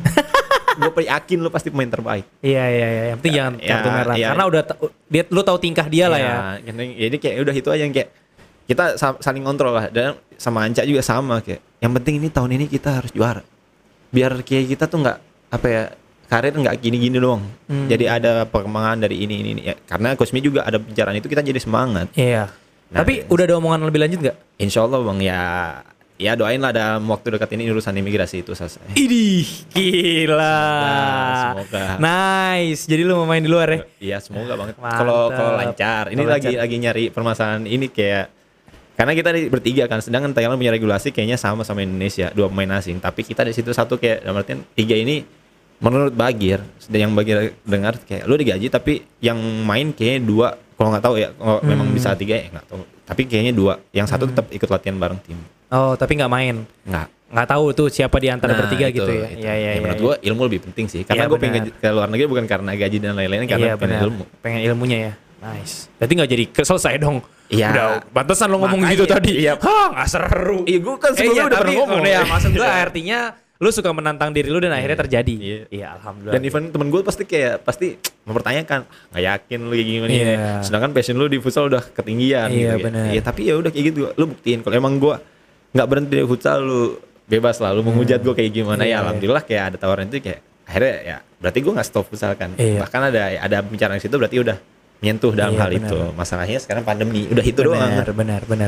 Gue yakin lu pasti pemain terbaik. Iya iya iya. Yang penting ya, jangan kartu ya, merah. Ya, karena udah dia lu tahu tingkah dia ya, lah ya. Jadi kayak udah itu aja yang kayak kita saling kontrol lah. Dan sama Anca juga sama kayak. Yang penting ini tahun ini kita harus juara. Biar kayak kita tuh nggak apa ya karir nggak gini-gini doang. Hmm. Jadi ada perkembangan dari ini ini, ini. Ya, karena Coach Mi juga ada pembicaraan itu kita jadi semangat. Iya. Nah, tapi udah ada omongan lebih lanjut nggak? Insya Allah bang ya. Ya doain lah dalam waktu dekat ini urusan imigrasi itu selesai. Idih, gila. Semoga, semoga. Nice. Jadi lu mau main di luar ya? Iya semoga banget. Kalau kalau lancar. Ini kalo lagi lancar. lagi nyari permasalahan ini kayak karena kita di bertiga kan, sedangkan Thailand punya regulasi kayaknya sama sama Indonesia, dua pemain asing. Tapi kita di situ satu kayak, dalam artian tiga ini menurut Bagir, yang Bagir dengar kayak lu digaji tapi yang main kayaknya dua. Kalau nggak tahu ya, kalau hmm. memang bisa tiga ya nggak tahu. Tapi kayaknya dua. Yang satu hmm. tetap ikut latihan bareng tim. Oh, tapi nggak main? Nggak. Nggak tahu tuh siapa di antara nah, bertiga itu, gitu ya? Itu. Ya, ya, ya, ya, menurut ya. gue ilmu lebih penting sih. Karena ya, gue pengen ke luar negeri bukan karena gaji dan lain-lain, karena ya, pengen benar. ilmu. Pengen ilmunya ya. Nice. Berarti nggak jadi selesai dong. Iya. Udah, pantesan lo ngomong gitu tadi. Iya. Hah, nggak seru. Iya, gue kan sebelumnya eh, iya, udah tapi, pernah ngomong. Ya, maksud gue artinya lu suka menantang diri lu dan akhirnya terjadi. Iya, iya alhamdulillah. Dan even temen gue pasti kayak pasti mempertanyakan, nggak yakin lu kayak gimana. Yeah. Sedangkan passion lu di futsal udah ketinggian. Iya gitu, benar. Iya, tapi ya udah kayak gitu. Lu buktiin kalau emang gue nggak berhenti di futsal, lu bebas lah. Lu mau hujat gue kayak gimana yeah, ya. Alhamdulillah kayak ada tawaran itu kayak akhirnya ya berarti gue nggak stop futsal kan. Yeah. Bahkan ada ada pembicaraan di situ berarti udah menyentuh dalam yeah, hal bener. Itu. Masalahnya sekarang pandemi, udah itu bener, doang. Benar, benar, benar.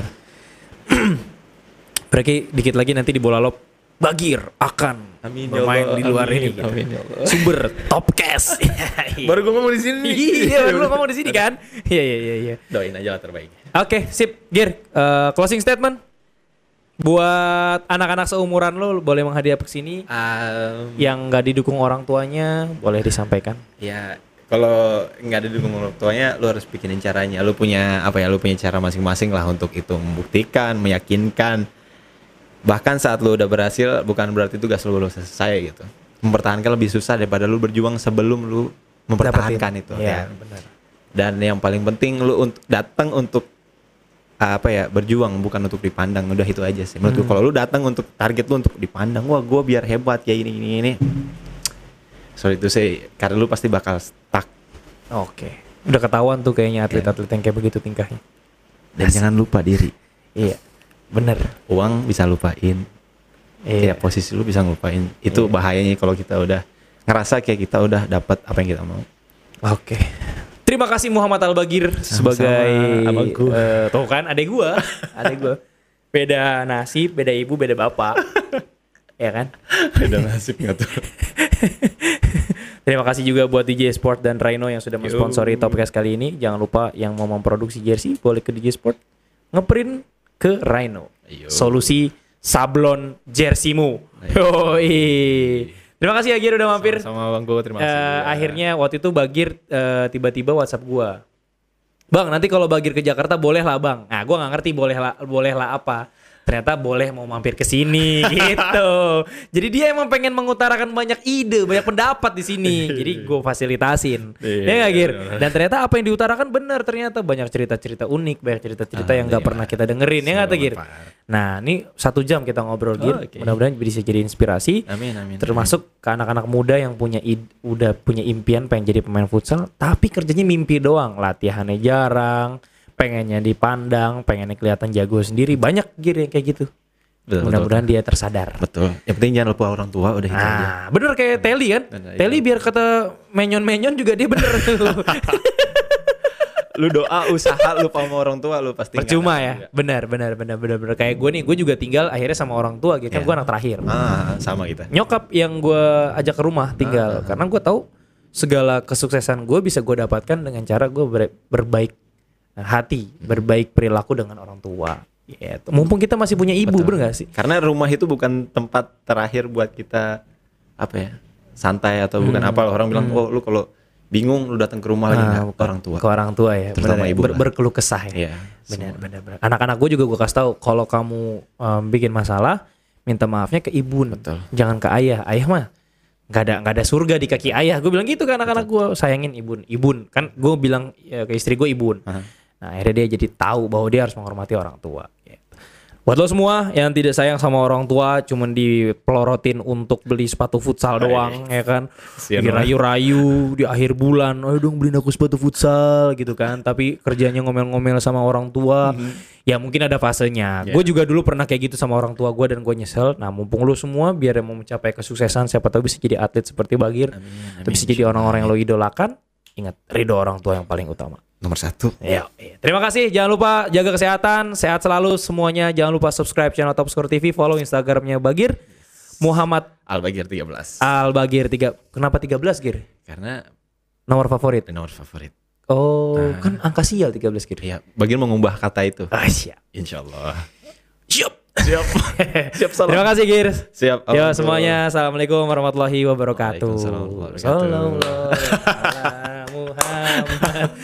Berarti dikit lagi nanti di Bola Lob Bagir akan amin, bermain ya di luar amin, ini gitu. Amin, ya Sumber Topcast. Baru gue ngomong di sini. Iya, baru ngomong di sini kan? Iya, iya, iya, iya. Doain aja lah terbaik. Oke, okay, sip. Gir, uh, closing statement. Buat anak-anak seumuran lo boleh menghadiah ke sini. Um, yang enggak didukung orang tuanya boleh disampaikan. Ya, kalau nggak didukung orang tuanya, lo harus bikinin caranya. Lo punya apa ya? Lo punya cara masing-masing lah untuk itu, membuktikan, meyakinkan. Bahkan saat lu udah berhasil, bukan berarti tugas lu udah selesai gitu. Mempertahankan lebih susah daripada lu berjuang sebelum lu mempertahankan. Dapetin. Itu. Ya, ya. Benar. Dan yang paling penting lu untuk datang untuk apa ya, berjuang bukan untuk dipandang. Udah itu aja sih. Menurut hmm. kalau lu datang untuk target lu untuk dipandang, wah gua biar hebat kayak ini ini ini. Sorry itu sih, karena lu pasti bakal stuck. Oke. Udah ketahuan tuh kayaknya atlet-atlet yang kayak begitu tingkahnya. Dan As- jangan lupa diri. Iya. Bener. Uang bisa lupain. Iya. Kayak posisi lu bisa ngelupain. Itu iya. bahayanya kalau kita udah ngerasa kayak kita udah dapat apa yang kita mau. Oke. Terima kasih Muhammad Al-Bagir sebagai abangku. Uh, tuh kan adek gua, adek gua. Beda nasib, beda ibu, beda bapak. Ya kan? Beda nasib enggak tuh. Terima kasih juga buat D J Sport dan Rhino yang sudah mensponsori Topcast kali ini. Jangan lupa yang mau memproduksi jersey boleh ke D J Sport. Ngeprint ke Rhino. Yo. Solusi sablon jerseymu. Yoi. Terima kasih ya Gir udah mampir. Sama Bang Go, terima kasih. Uh, akhirnya waktu itu Bagir uh, tiba-tiba WhatsApp gua. Bang, nanti kalau Bagir ke Jakarta boleh lah Bang. Nah, gua nggak ngerti boleh lah boleh lah apa. Ternyata boleh mau mampir ke sini gitu. Jadi dia emang pengen mengutarakan banyak ide, banyak pendapat di sini. Jadi gue fasilitasin. Ya nggak Gir? Dan ternyata apa yang diutarakan benar. Ternyata banyak cerita-cerita unik, banyak cerita-cerita ah, yang nggak iya. pernah kita dengerin. Ya nggak Gir? Nah ini satu jam kita ngobrol Gir. Oh, okay. Mudah-mudahan bisa jadi inspirasi. Amin, amin. Termasuk amin. Ke anak-anak muda yang punya id- udah punya impian pengen jadi pemain futsal, tapi kerjanya mimpi doang, latihannya jarang. Pengennya dipandang, pengennya kelihatan jago sendiri, banyak Gir yang kayak gitu. Betul, mudah-mudahan betul. Dia tersadar. Betul. Yang penting jangan lupa orang tua udah itu nah, aja. Bener kayak Teli kan. Teli biar kata menyon-menyon juga dia bener. Lu doa, usaha lu sama orang tua lu pasti. Percuma ya. Benar, benar, benar, benar, benar. Kayak gue nih, gue juga tinggal akhirnya sama orang tua gitu. Kan yeah. Gue anak terakhir. Ah, sama kita. Nyokap yang gue ajak ke rumah tinggal, ah, karena gue tahu segala kesuksesan gue bisa gue dapatkan dengan cara gue ber- berbaik hati, berbaik perilaku dengan orang tua. Gitu. Mumpung kita masih punya ibu, bener gak sih? Karena rumah itu bukan tempat terakhir buat kita apa ya, santai atau hmm. bukan apa. Orang bilang, hmm. oh lu kalau bingung lu datang ke rumah nah, lagi nggak ke orang tua. Ke orang tua ya, terutama bener, ibu ber- berkeluh kesah ya. Yeah, benar, benar, benar. Anak-anak gue juga gue kasih tahu, kalau kamu um, bikin masalah, minta maafnya ke ibu, Betul. Jangan ke ayah. Ayah mah nggak ada nggak ada surga di kaki ayah. Gue bilang gitu ke anak-anak gue, sayangin ibun, ibun. Kan gue bilang ya, ke istri gue ibun. Uh-huh. Nah akhirnya dia jadi tahu bahwa dia harus menghormati orang tua. Gitu. Buat lo semua yang tidak sayang sama orang tua, cuman dipelorotin untuk beli sepatu futsal doang, ya kan? Dirayu-rayu di akhir bulan, ayo dong beliin aku sepatu futsal gitu kan. Tapi kerjanya ngomel-ngomel sama orang tua, mm-hmm. ya mungkin ada fasenya. Yeah. Gue juga dulu pernah kayak gitu sama orang tua gue dan gue nyesel. Nah mumpung lo semua biar mau mencapai kesuksesan, siapa tahu bisa jadi atlet seperti Bagir, amin, amin, bisa jadi orang-orang yang lo idolakan. Ingat, ridho orang tua yang paling utama. Nomor satu. Ya, iya. Terima kasih. Jangan lupa jaga kesehatan, sehat selalu semuanya. Jangan lupa subscribe channel Top Score T V, follow Instagramnya Bagir. Muhammad Albagir tiga belas. Albagir tiga. Kenapa tiga belas Gir? Karena nomor favorit. Nomor favorit. Oh, nah, kan angka sial tiga belas Gir. Iya, Bagir mengubah kata itu. Ah, siap. Insyaallah. Siap. Siap. Siap salam. Terima kasih Gir. Siap. Ya semuanya, assalamualaikum warahmatullahi wabarakatuh. Waalaikumsalam warahmatullahi wabarakatuh. Sallallahu alaihi Muhammad.